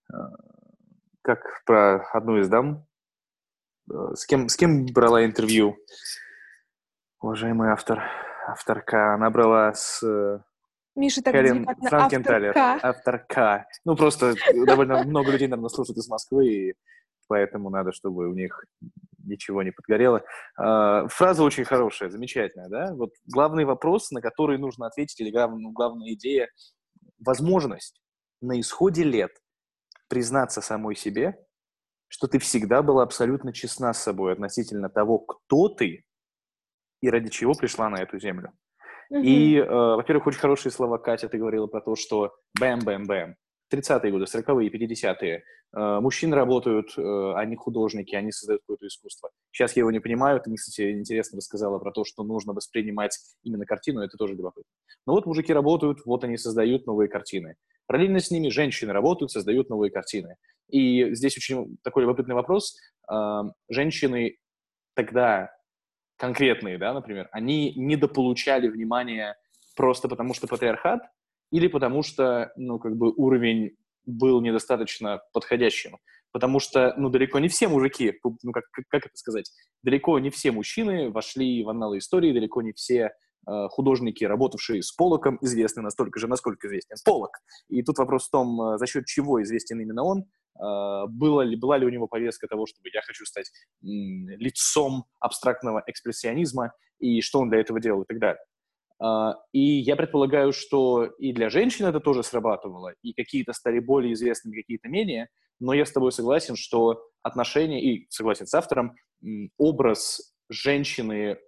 как про одну из дам, с кем брала интервью уважаемый авторка, она брала с Миша так Кэрин деликатно, Франкенталер, авторка. Ну, просто довольно много людей, наверное, слушают из Москвы, и поэтому надо, чтобы у них ничего не подгорело. Фраза очень хорошая, замечательная, да? Вот главный вопрос, на который нужно ответить, или главная идея, возможность на исходе лет признаться самой себе, что ты всегда была абсолютно честна с собой относительно того, кто ты и ради чего пришла на эту землю. И, во-первых, очень хорошие слова, Катя, ты говорила про то, что бэм-бэм-бэм. 30-е годы, 40-е, 50-е. Мужчины работают, они художники, они создают какое-то искусство. Сейчас я его не понимаю. Ты, кстати, интересно рассказала про то, что нужно воспринимать именно картину, это тоже любопытно. Но вот мужики работают, вот они создают новые картины. Параллельно с ними женщины работают, создают новые картины. И здесь очень такой любопытный вопрос. Женщины тогда конкретные, да, например, они недополучали внимания просто потому, что патриархат, или потому что, ну, как бы уровень был недостаточно подходящим. Потому что, ну, далеко не все мужики, ну, как это сказать, далеко не все мужчины вошли в анналы истории, далеко не все художники, работавшие с Поллоком, известны настолько же, насколько известен Поллок. И тут вопрос в том, за счет чего известен именно он, была ли у него повестка того, чтобы я хочу стать лицом абстрактного экспрессионизма, и что он для этого делал, и так далее. И я предполагаю, что и для женщин это тоже срабатывало, и какие-то стали более известными, какие-то менее, но я с тобой согласен, что отношения, и согласен с автором, образ женщины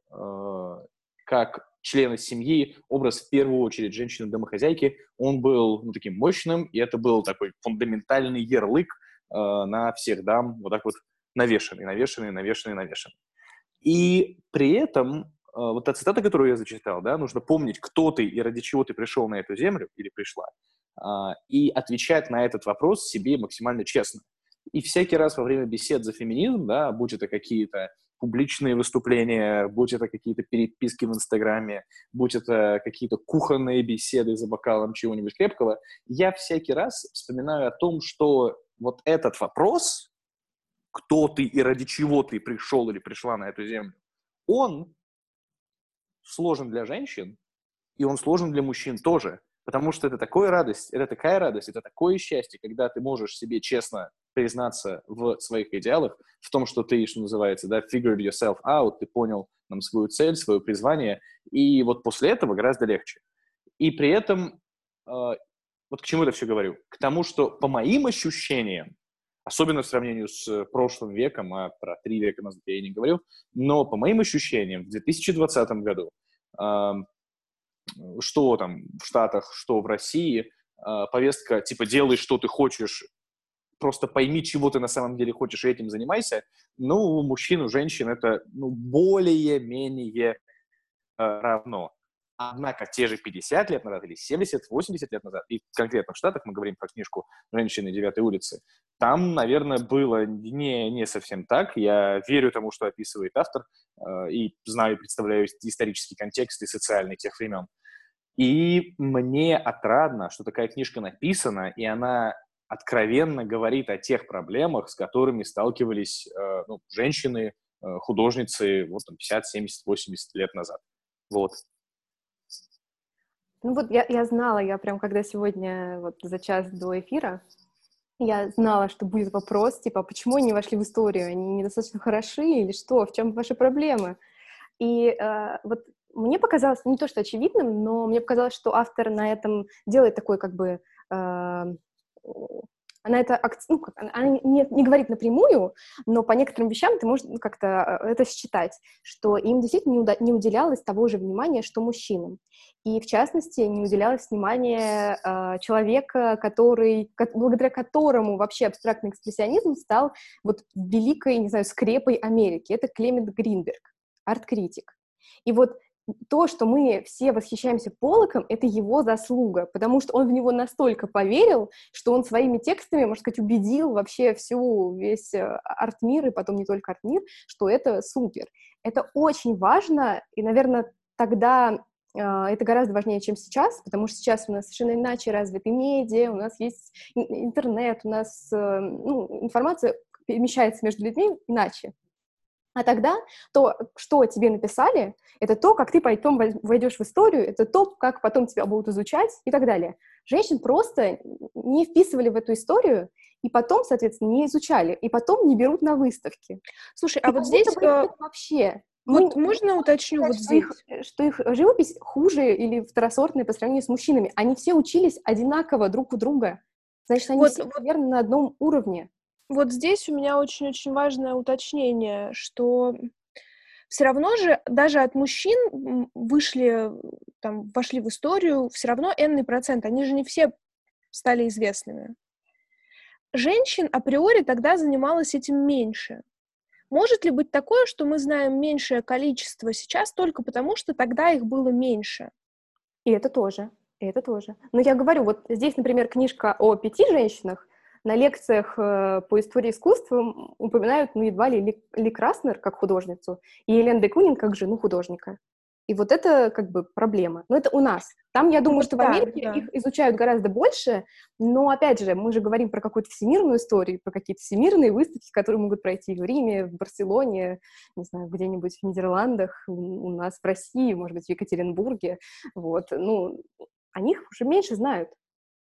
как члена семьи, образ в первую очередь женщины-домохозяйки, он был, ну, таким мощным, и это был такой фундаментальный ярлык на всех дам, вот так вот навешанный. И при этом вот та цитата, которую я зачитал, да, нужно помнить, кто ты и ради чего ты пришел на эту землю или пришла, и отвечать на этот вопрос себе максимально честно. И всякий раз во время бесед за феминизм, да, будь это какие-то публичные выступления, будь это какие-то переписки в Инстаграме, будь это какие-то кухонные беседы за бокалом чего-нибудь крепкого, я всякий раз вспоминаю о том, что вот этот вопрос, кто ты и ради чего ты пришел или пришла на эту землю, он сложен для женщин, и он сложен для мужчин тоже. Потому что это такая радость, это такое счастье, когда ты можешь себе честно признаться в своих идеалах, в том, что ты, что называется, да, figured yourself out, ты понял там свою цель, свое призвание, и вот после этого гораздо легче. И при этом, вот к чему я все говорю? К тому, что по моим ощущениям, особенно в сравнении с прошлым веком, а про 3 века назад я и не говорил, но по моим ощущениям в 2020 году что там в Штатах, что в России, повестка типа «делай, что ты хочешь, просто пойми, чего ты на самом деле хочешь, и этим занимайся», ну, у мужчин, у женщин это, ну, более-менее равно. Однако те же 50 лет назад или 70, 80 лет назад, и конкретно в Штатах, мы говорим про книжку «Женщины 9-й улицы», там, наверное, было не совсем так. Я верю тому, что описывает автор, и знаю, представляю исторический контекст и социальный тех времен. И мне отрадно, что такая книжка написана, и она откровенно говорит о тех проблемах, с которыми сталкивались ну, женщины, художницы вот, там, 50, 70, 80 лет назад. Вот. Ну вот я знала, я прям когда сегодня вот за час до эфира, я знала, что будет вопрос, типа, почему они вошли в историю? Они недостаточно хороши или что? В чем ваши проблемы? И вот мне показалось, не то что очевидным, но мне показалось, что автор на этом делает такой как бы... она это ну, она не говорит напрямую, но по некоторым вещам ты можешь как-то это считать, что им действительно не уделялось того же внимания, что мужчинам. И, в частности, не уделялось внимания человека, благодаря которому вообще абстрактный экспрессионизм стал вот великой, не знаю, скрепой Америки. Это Клемент Гринберг, арт-критик. И вот то, что мы все восхищаемся Поллоком, это его заслуга, потому что он в него настолько поверил, что он своими текстами, можно сказать, убедил вообще весь арт-мир, и потом не только арт-мир, что это супер. Это очень важно, и, наверное, тогда это гораздо важнее, чем сейчас, потому что сейчас у нас совершенно иначе развиты медиа, у нас есть интернет, у нас информация перемещается между людьми иначе. А тогда то, что тебе написали, это то, как ты потом войдешь в историю, это то, как потом тебя будут изучать и так далее. Женщин просто не вписывали в эту историю, и потом, соответственно, не изучали, и потом не берут на выставки. Слушай, И а вот здесь... вообще... Вот можно уточню вот здесь? Что их живопись хуже или второсортная по сравнению с мужчинами. Они все учились одинаково друг у друга. Значит, они все примерно на одном уровне. Вот здесь у меня очень-очень важное уточнение, что все равно же даже от мужчин вошли в историю, все равно энный процент, они же не все стали известными. Женщин априори тогда занималось этим меньше. Может ли быть такое, что мы знаем меньшее количество сейчас только потому, что тогда их было меньше? И это тоже. Но я говорю, вот здесь, например, книжка о 5 женщинах, на лекциях по истории искусства упоминают, едва ли Ли Краснер как художницу и Елен де Кунин как жену художника. И вот это как бы проблема. Но это у нас. Там, я думаю, что в Америке их изучают гораздо больше, но, опять же, мы же говорим про какую-то всемирную историю, про какие-то всемирные выставки, которые могут пройти в Риме, в Барселоне, не знаю, где-нибудь в Нидерландах, у нас в России, может быть, в Екатеринбурге. Вот. О них уже меньше знают.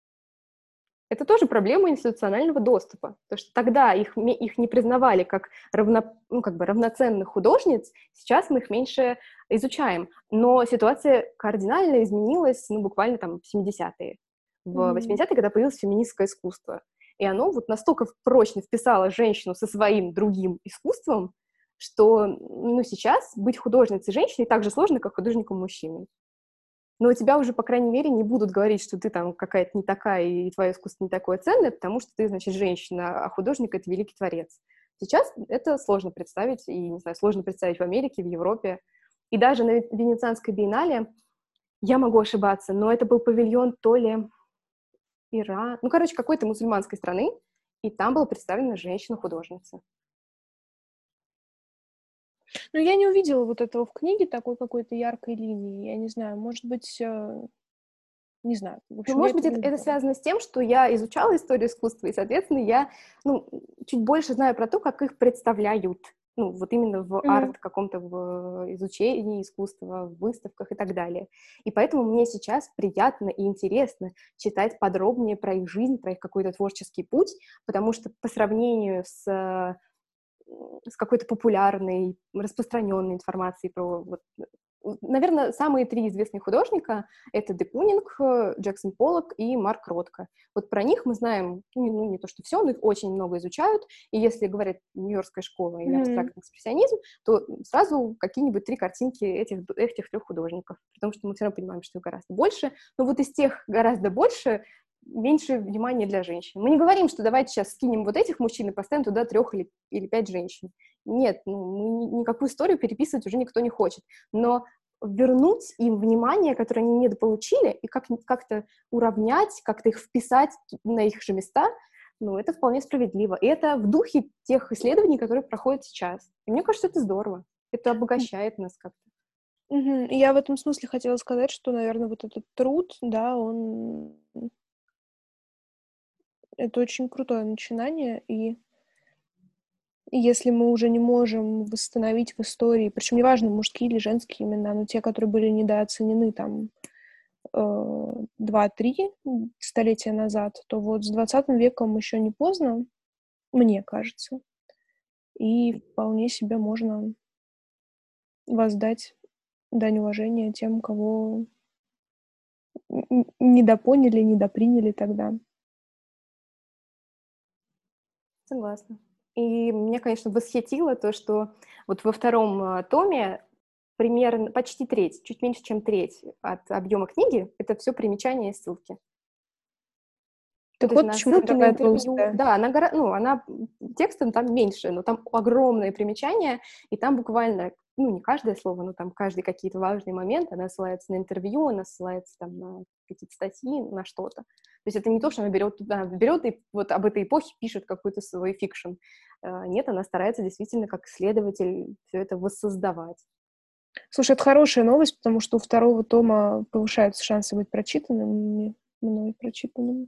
Это тоже проблема институционального доступа, потому что тогда их не признавали как равноценных художниц, сейчас мы их меньше изучаем. Но ситуация кардинально изменилась, буквально в 70-е. В 80-е, когда появилось феминистское искусство. И оно вот настолько прочно вписало женщину со своим другим искусством, что сейчас быть художницей женщиной так же сложно, как художником мужчиной. Но у тебя уже, по крайней мере, не будут говорить, что ты там какая-то не такая, и твое искусство не такое ценное, потому что ты, значит, женщина, а художник — это великий творец. Сейчас это сложно представить, и, не знаю, сложно представить в Америке, в Европе. И даже на Венецианской биеннале, я могу ошибаться, но это был павильон то ли Иран, какой-то мусульманской страны, и там была представлена женщина-художница. Я не увидела вот этого в книге, такой какой-то яркой линии. Я не знаю, может быть, не знаю. В общем, может быть, это связано с тем, что я изучала историю искусства, и, соответственно, я чуть больше знаю про то, как их представляют. Вот именно в арт каком-то, в изучении искусства, в выставках и так далее. И поэтому мне сейчас приятно и интересно читать подробнее про их жизнь, про их какой-то творческий путь, потому что по сравнению с какой-то популярной, распространенной информацией про... Наверное, самые 3 известных художника — это де Кунинг, Джексон Поллок и Марк Ротко. Вот про них мы знаем, не то что все, но их очень много изучают, и если говорят Нью-Йоркская школа или абстрактный экспрессионизм, то сразу какие-нибудь 3 картинки этих 3 художников, потому что мы все равно понимаем, что их гораздо больше, но вот из тех гораздо больше меньше внимания для женщин. Мы не говорим, что давайте сейчас скинем вот этих мужчин и поставим туда 3 или 5 женщин. Нет, мы никакую историю переписывать уже никто не хочет. Но вернуть им внимание, которое они недополучили, и как-то уравнять, как-то их вписать на их же места, это вполне справедливо. И это в духе тех исследований, которые проходят сейчас. И мне кажется, это здорово. Это обогащает нас как-то. Я в этом смысле хотела сказать, что, наверное, вот этот труд, да, это очень крутое начинание, и если мы уже не можем восстановить в истории, причем неважно, мужские или женские имена, но те, которые были недооценены 2-3 столетия назад, то вот с 20 веком еще не поздно, мне кажется, и вполне себе можно воздать дань уважения тем, кого недопоняли, недоприняли тогда. Согласна. И меня, конечно, восхитило то, что вот во втором томе примерно почти треть, чуть меньше, чем треть от объема книги — это все примечания и ссылки. То Так есть вот на почему она ссылки на такая интервью, толстая. да, она текстом там меньше, но там огромные примечания, и там буквально, не каждое слово, но там каждый какие-то важные моменты, она ссылается на интервью, она ссылается там на какие-то статьи, на что-то. То есть это не то, что она берет и вот об этой эпохе пишет какой-то свой фикшн. Нет, она старается действительно как исследователь все это воссоздавать. Слушай, это хорошая новость, потому что у второго тома повышаются шансы быть прочитанными, мной прочитанным.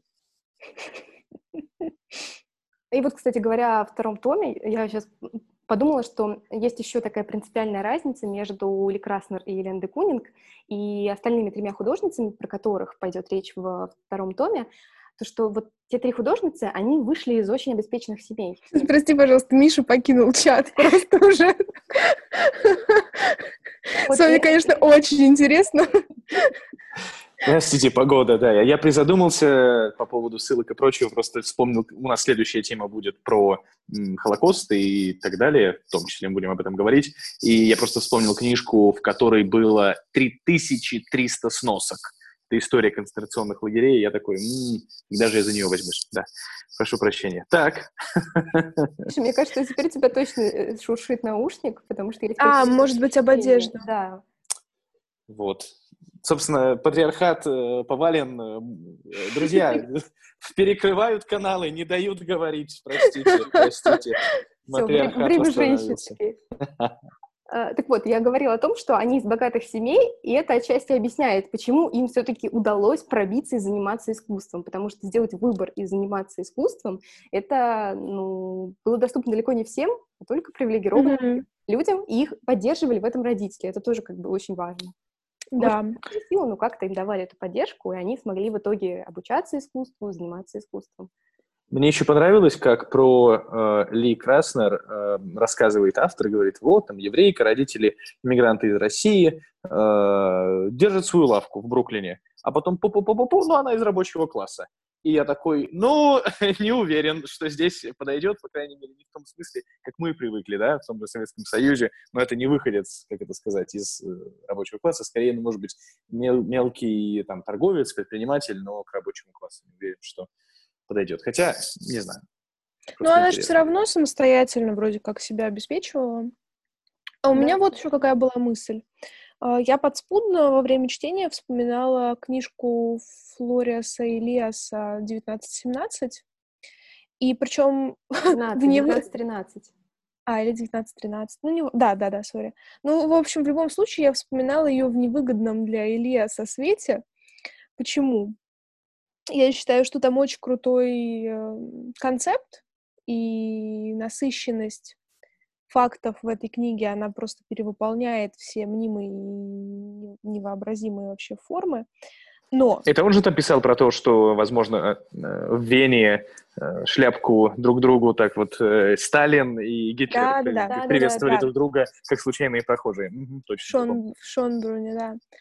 И вот, кстати говоря, о втором томе, я сейчас подумала, что есть еще такая принципиальная разница между Ули Краснер и Елен де Кунинг и остальными тремя художницами, про которых пойдет речь во втором томе, то что вот те три художницы, они вышли из очень обеспеченных семей. Прости, пожалуйста, Миша покинул чат просто уже. С Вот, вами, конечно, очень интересно. Простите, погода, да. Я призадумался по поводу ссылок и прочего, просто вспомнил, у нас следующая тема будет про Холокост и так далее, в том числе мы будем об этом говорить, и я просто вспомнил книжку, в которой было 3300 сносок. Это история концентрационных лагерей, и я такой, когда же я за нее возьмусь? Да, прошу прощения. Так. Миша, мне кажется, теперь тебя точно шуршит наушник, потому что я теперь Может быть, об одежде. Да. Вот. Собственно, патриархат повален. Друзья, перекрывают каналы, не дают говорить. Простите. Все, Матриархат время женщин восстановился. теперь. Так вот, я говорила о том, что они из богатых семей, и это отчасти объясняет, почему им все-таки удалось пробиться и заниматься искусством, потому что сделать выбор и заниматься искусством, это, было доступно далеко не всем, а только привилегированным людям, и их поддерживали в этом родители. Это тоже как бы очень важно. Да. Может, силу, но как-то им давали эту поддержку, и они смогли в итоге обучаться искусству, заниматься искусством. Мне еще понравилось, как про Ли Краснер рассказывает автор, говорит, вот, там, еврейка, родители иммигранты из России, держит свою лавку в Бруклине, а потом она из рабочего класса. И я такой, не уверен, что здесь подойдет, по крайней мере, не в том смысле, как мы привыкли, да, в том же Советском Союзе, но это не выходец, как это сказать, из рабочего класса, скорее, может быть, мелкий там торговец, предприниматель, но к рабочему классу не уверен, что подойдет. Хотя, не знаю. Но она же все равно самостоятельно вроде как себя обеспечивала. А у меня вот еще какая была мысль. Я подспудно во время чтения вспоминала книжку Флориаса Элиаса «1917». И причем в него... 19-13. Или 1913. Да, сори. В общем, в любом случае, я вспоминала ее в невыгодном для Элиаса свете. Почему? Я считаю, что там очень крутой концепт, и насыщенность фактов в этой книге, она просто перевыполняет все мнимые и невообразимые вообще формы. Но... Это он же там писал про то, что, возможно, в Вене шляпку друг другу так вот Сталин и Гитлер приветствовали друг друга как случайные прохожие. Точно. В Шонбруне,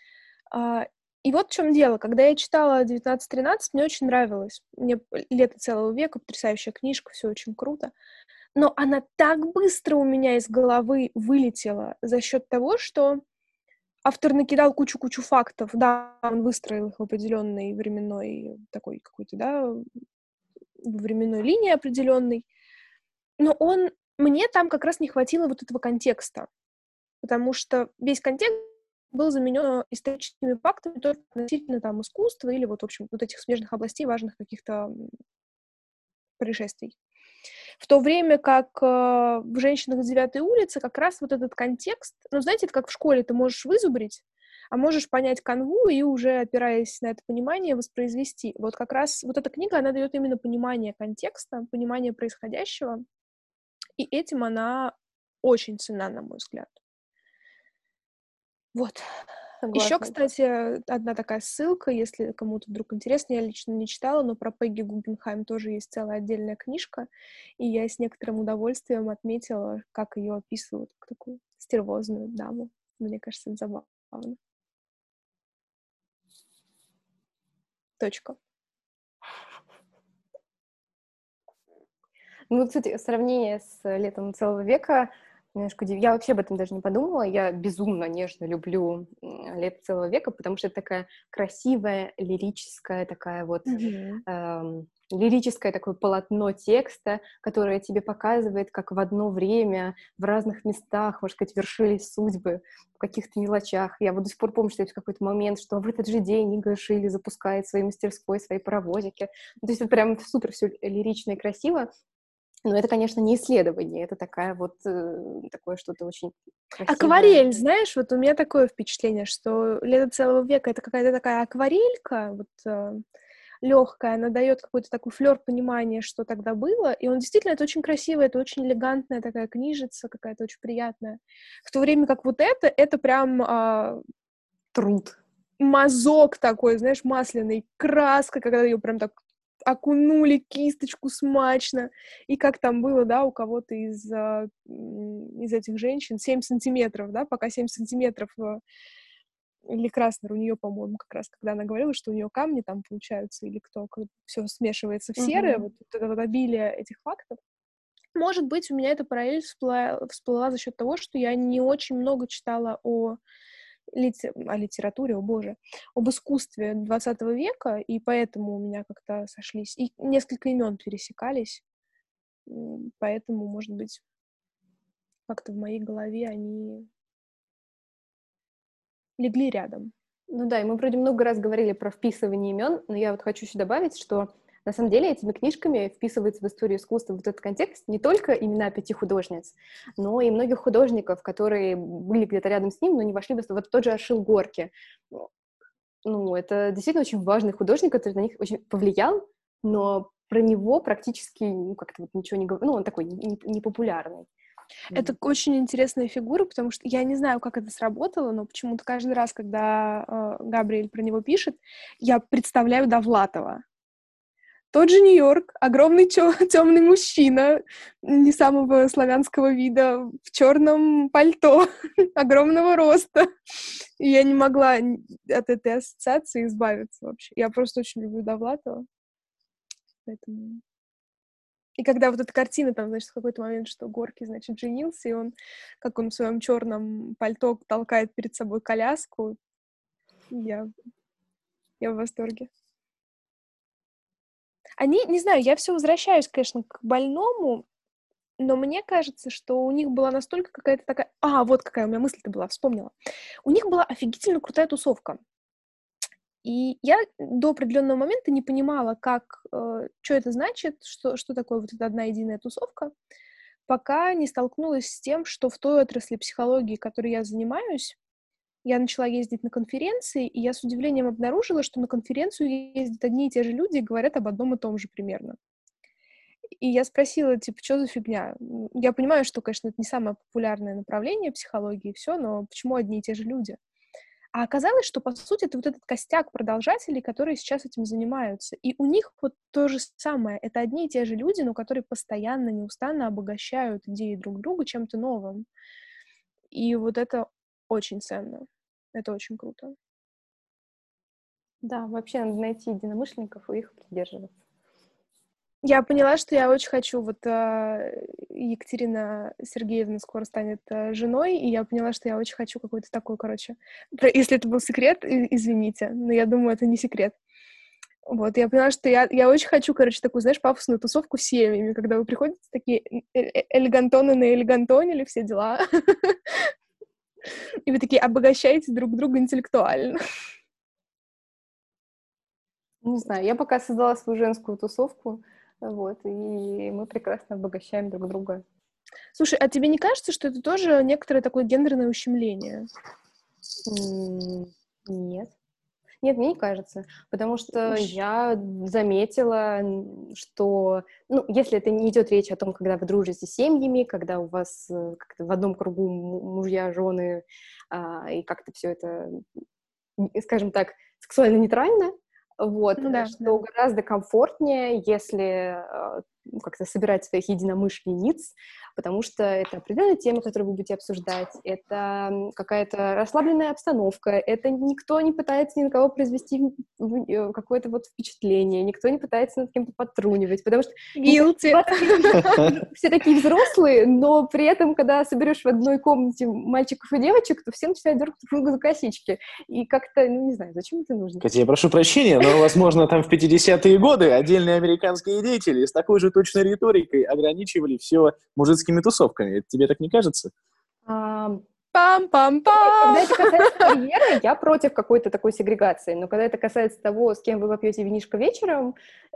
да. И вот в чем дело. Когда я читала 19-13, мне очень нравилось. Мне «Лето целого века», потрясающая книжка, все очень круто. Но она так быстро у меня из головы вылетела за счет того, что автор накидал кучу-кучу фактов. Да, он выстроил их в определенной временной такой какой-то, да, временной линии определенной. Но мне там как раз не хватило вот этого контекста. Потому что весь контекст был заменен историческими фактами только относительно там искусства или вот, в общем, вот этих смежных областей, важных каких-то происшествий. В то время как в «Женщинах с 9-й улицы» как раз вот этот контекст, знаете, это как в школе, ты можешь вызубрить, а можешь понять канву и уже, опираясь на это понимание, воспроизвести. Вот как раз вот эта книга, она дает именно понимание контекста, понимание происходящего, и этим она очень ценна, на мой взгляд. Вот. Согласна. Еще, кстати, одна такая ссылка, если кому-то вдруг интересно, я лично не читала, но про Пегги Гугенхайм тоже есть целая отдельная книжка, и я с некоторым удовольствием отметила, как ее описывают, как такую стервозную даму. Мне кажется, это забавно. Главное. Точка. Ну, кстати, сравнение с «Летом целого века» немножко Я вообще об этом даже не подумала. Я безумно нежно люблю «Лето целого века», потому что это такая красивая, лирическая такая вот... лирическое такое полотно текста, которое тебе показывает, как в одно время в разных местах, можно сказать, вершились судьбы в каких-то мелочах. Я вот до сих пор помню, что есть какой-то момент, что в этот же день Ига Шиле запускает в своей мастерской свои паровозики. То есть это прям супер все лирично и красиво. Но это, конечно, не исследование, это такая вот, такое что-то очень красивое. Акварель, знаешь, вот у меня такое впечатление, что «Лето целого века» — это какая-то такая акварелька, вот легкая, она дает какой-то такой флер понимания, что тогда было, и он действительно, это очень красиво, это очень элегантная такая книжица, какая-то очень приятная. В то время как вот это прям труд. Мазок такой, знаешь, масляный, краска, когда ее прям так окунули кисточку смачно, и как там было, да, у кого-то из этих женщин 7 сантиметров, да, пока 7 сантиметров, или Краснер у нее, по-моему, как раз, когда она говорила, что у нее камни там получаются, или кто, все смешивается в серое, вот это вот обилие этих фактов. Может быть, у меня эта параллель всплыла за счет того, что я не очень много читала о литературе, о боже, об искусстве 20 века, и поэтому у меня как-то сошлись. И несколько имен пересекались, поэтому, может быть, как-то в моей голове они легли рядом. Ну да, и мы вроде много раз говорили про вписывание имен, но я вот хочу еще добавить, что на самом деле этими книжками вписывается в историю искусства вот этот контекст не только имена 5 художниц, но и многих художников, которые были где-то рядом с ним, но не вошли в вот тот же Ашил Горки. Ну, это действительно очень важный художник, который на них очень повлиял, но про него практически как-то вот ничего не говорит. Ну, он такой непопулярный. Это очень интересная фигура, потому что я не знаю, как это сработало, но почему-то каждый раз, когда Габриэль про него пишет, я представляю Довлатова. Тот же Нью-Йорк, огромный темный мужчина, не самого славянского вида, в черном пальто, огромного роста. И я не могла от этой ассоциации избавиться вообще. Я просто очень люблю Довлатова. Поэтому... И когда вот эта картина, там, значит, в какой-то момент, что Горький, значит, женился, и он, как он в своем черном пальто толкает перед собой коляску, я в восторге. Они, не знаю, я все возвращаюсь, конечно, к больному, но мне кажется, что у них была настолько какая-то такая... вот какая у меня мысль-то была, вспомнила. У них была офигительно крутая тусовка. И я до определенного момента не понимала, что это значит, что такое вот эта одна единая тусовка, пока не столкнулась с тем, что в той отрасли психологии, которой я занимаюсь, я начала ездить на конференции, и я с удивлением обнаружила, что на конференцию ездят одни и те же люди и говорят об одном и том же примерно. И я спросила, типа, что за фигня? Я понимаю, что, конечно, это не самое популярное направление психологии и все, но почему одни и те же люди? А оказалось, что, по сути, это вот этот костяк продолжателей, которые сейчас этим занимаются. И у них вот то же самое. Это одни и те же люди, но которые постоянно, неустанно обогащают идеи друг друга чем-то новым. И вот это очень ценно. Это очень круто. Да, вообще надо найти единомышленников и их придерживаться. Я поняла, что я очень хочу, вот Екатерина Сергеевна скоро станет женой, и я поняла, что я очень хочу какой-то такой, короче, если это был секрет, извините, но я думаю, это не секрет. Вот, я поняла, что я очень хочу, короче, такую, знаешь, пафосную тусовку с семьями, когда вы приходите такие элегантоны на элегантонили, все дела, и вы такие обогащаете друг друга интеллектуально. Не знаю, я пока создала свою женскую тусовку, вот, и мы прекрасно обогащаем друг друга. Слушай, а тебе не кажется, что это тоже некоторое такое гендерное ущемление? Нет. Нет, мне не кажется, потому что я заметила, что, ну, если это не идет речь о том, когда вы дружите с семьями, когда у вас как-то в одном кругу мужья, жены, и как-то все это, скажем так, сексуально нейтрально, вот, Ну да, что гораздо комфортнее, если как-то собирать своих единомышленниц, потому что это определенная тема, которую вы будете обсуждать, это какая-то расслабленная обстановка, это никто не пытается ни на кого произвести какое-то вот впечатление, никто не пытается над кем-то подтрунивать, потому что Guilty. все такие взрослые, но при этом, когда соберешь в одной комнате мальчиков и девочек, то все начинают дергать друг друга за косички. И как-то, ну, не знаю, зачем это нужно? Катя, я прошу прощения, но, возможно, там в 50-е годы отдельные американские деятели с такой же точной риторикой ограничивали все мужицкими тусовками. Тебе так не кажется? Пам-пам-пам! Когда это касается карьеры, я против какой-то такой сегрегации, но когда это касается того, с кем вы попьете винишко вечером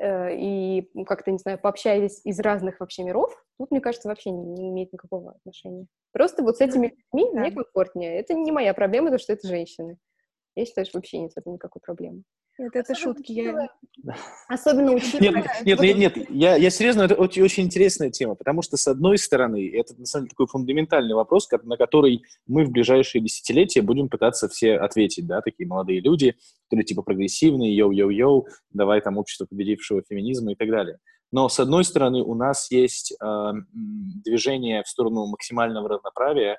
и как-то, не знаю, пообщаетесь из разных вообще миров, тут, мне кажется, вообще не имеет никакого отношения. Просто вот с этими людьми мне комфортнее. Это не моя проблема, потому что это женщины. Я считаю, что вообще нет в этом никакой проблемы. Нет, это шутки. Особенно учитывая... Нет, я серьезно, это очень, очень интересная тема, потому что, с одной стороны, это, на самом деле, такой фундаментальный вопрос, на который мы в ближайшие десятилетия будем пытаться все ответить, да, такие молодые люди, которые типа прогрессивные, йоу-йоу-йоу, давай там общество победившего феминизма и так далее. Но, с одной стороны, у нас есть движение в сторону максимального равноправия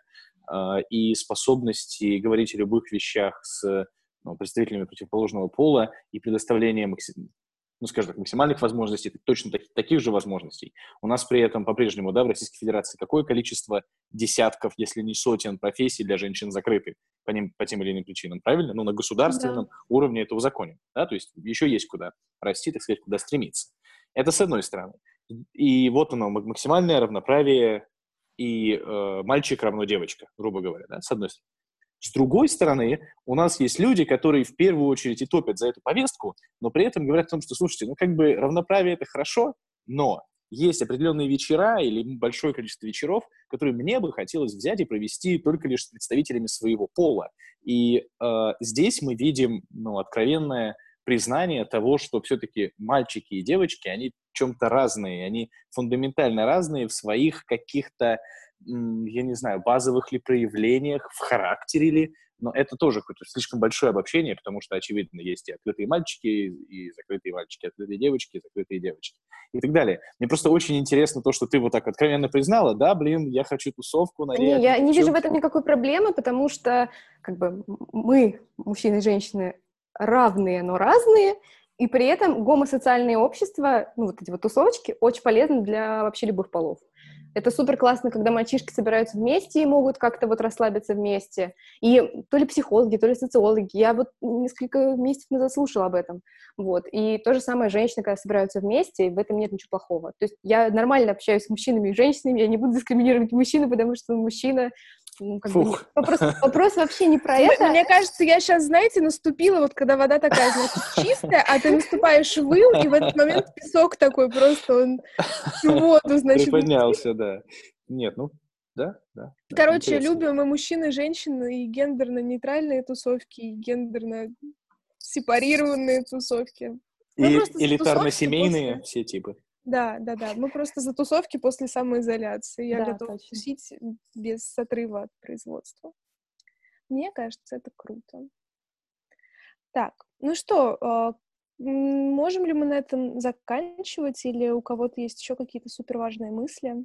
и способности говорить о любых вещах с представителями противоположного пола и предоставление, ну, скажем так, максимальных возможностей, точно таких же возможностей. У нас при этом по-прежнему, да, в Российской Федерации какое количество десятков, если не сотен профессий для женщин закрыты по тем или иным причинам, правильно? Ну, на государственном уровне это узаконено, да, то есть еще есть куда расти, так сказать, куда стремиться. Это с одной стороны. И вот оно, максимальное равноправие, и мальчик равно девочка, грубо говоря, да, с одной стороны. С другой стороны, у нас есть люди, которые в первую очередь и топят за эту повестку, но при этом говорят о том, что, слушайте, ну как бы равноправие это хорошо, но есть определенные вечера или большое количество вечеров, которые мне бы хотелось взять и провести только лишь с представителями своего пола. И здесь мы видим, ну, откровенное признание того, что все-таки мальчики и девочки, они в чем-то разные, они фундаментально разные в своих каких-то, я не знаю, базовых ли проявлениях, в характере ли, но это тоже какое-то слишком большое обобщение, потому что, очевидно, есть и открытые мальчики, и закрытые мальчики, открытые девочки, и закрытые девочки, и так далее. Мне просто очень интересно то, что ты вот так откровенно признала, да, блин, я хочу тусовку, Не, я не вижу в этом никакой проблемы, потому что, как бы, мы, мужчины и женщины, равные, но разные, и при этом гомосоциальные общества, ну, вот эти вот тусовочки, очень полезны для вообще любых полов. Это супер классно, когда мальчишки собираются вместе и могут как-то вот расслабиться вместе. И то ли психологи, то ли социологи. Я вот несколько месяцев назад слушала об этом. Вот. И то же самое женщины, когда собираются вместе, и в этом нет ничего плохого. То есть я нормально общаюсь с мужчинами и женщинами, я не буду дискриминировать мужчину, потому что мужчина... Ну, как бы, вопрос вообще не про это. Мне кажется, я сейчас, знаете, наступила, вот когда вода такая, значит, чистая, а ты наступаешь в выл, и в этот момент песок такой просто, он всю воду, значит... Приподнялся, да. Нет, ну, да. Короче, любим мы мужчины, женщины, и гендерно-нейтральные тусовки, и гендерно-сепарированные тусовки. И элитарно-семейные все типы. Да. Мы просто за тусовки после самоизоляции. Я готова тусить без отрыва от производства. Мне кажется, это круто. Так, ну что, можем ли мы на этом заканчивать, или у кого-то есть еще какие-то суперважные мысли?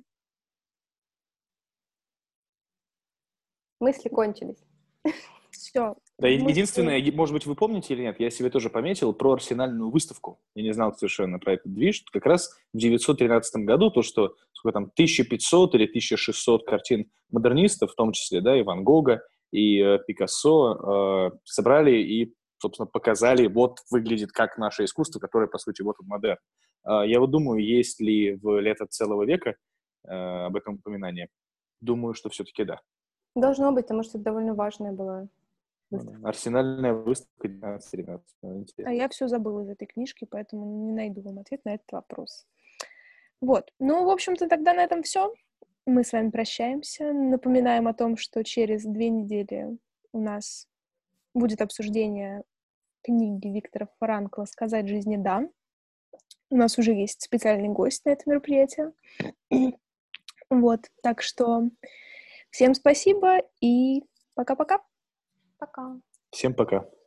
Мысли кончились. Все. Да, единственное, может быть, вы помните или нет, я себе тоже пометил про арсенальную выставку. Я не знал совершенно про этот движ. Как раз в 1913 году то, что сколько там, 1500 или 1600 картин модернистов, в том числе, да, и Ван Гога, и Пикассо, собрали и, собственно, показали, вот выглядит как наше искусство, которое, по сути, вот модерн. Я вот думаю, есть ли в «Лето целого века» об этом упоминание. Думаю, что все-таки да. Должно быть, потому что это довольно важная была выставка. Арсенальная выставка 12-13. А я все забыла из этой книжки, поэтому не найду вам ответ на этот вопрос. Вот. Ну, в общем-то, тогда на этом все. Мы с вами прощаемся. Напоминаем о том, что через 2 недели у нас будет обсуждение книги Виктора Франкла «Сказать жизни да». У нас уже есть специальный гость на это мероприятие. Вот. Так что всем спасибо и пока-пока. Пока. Всем пока.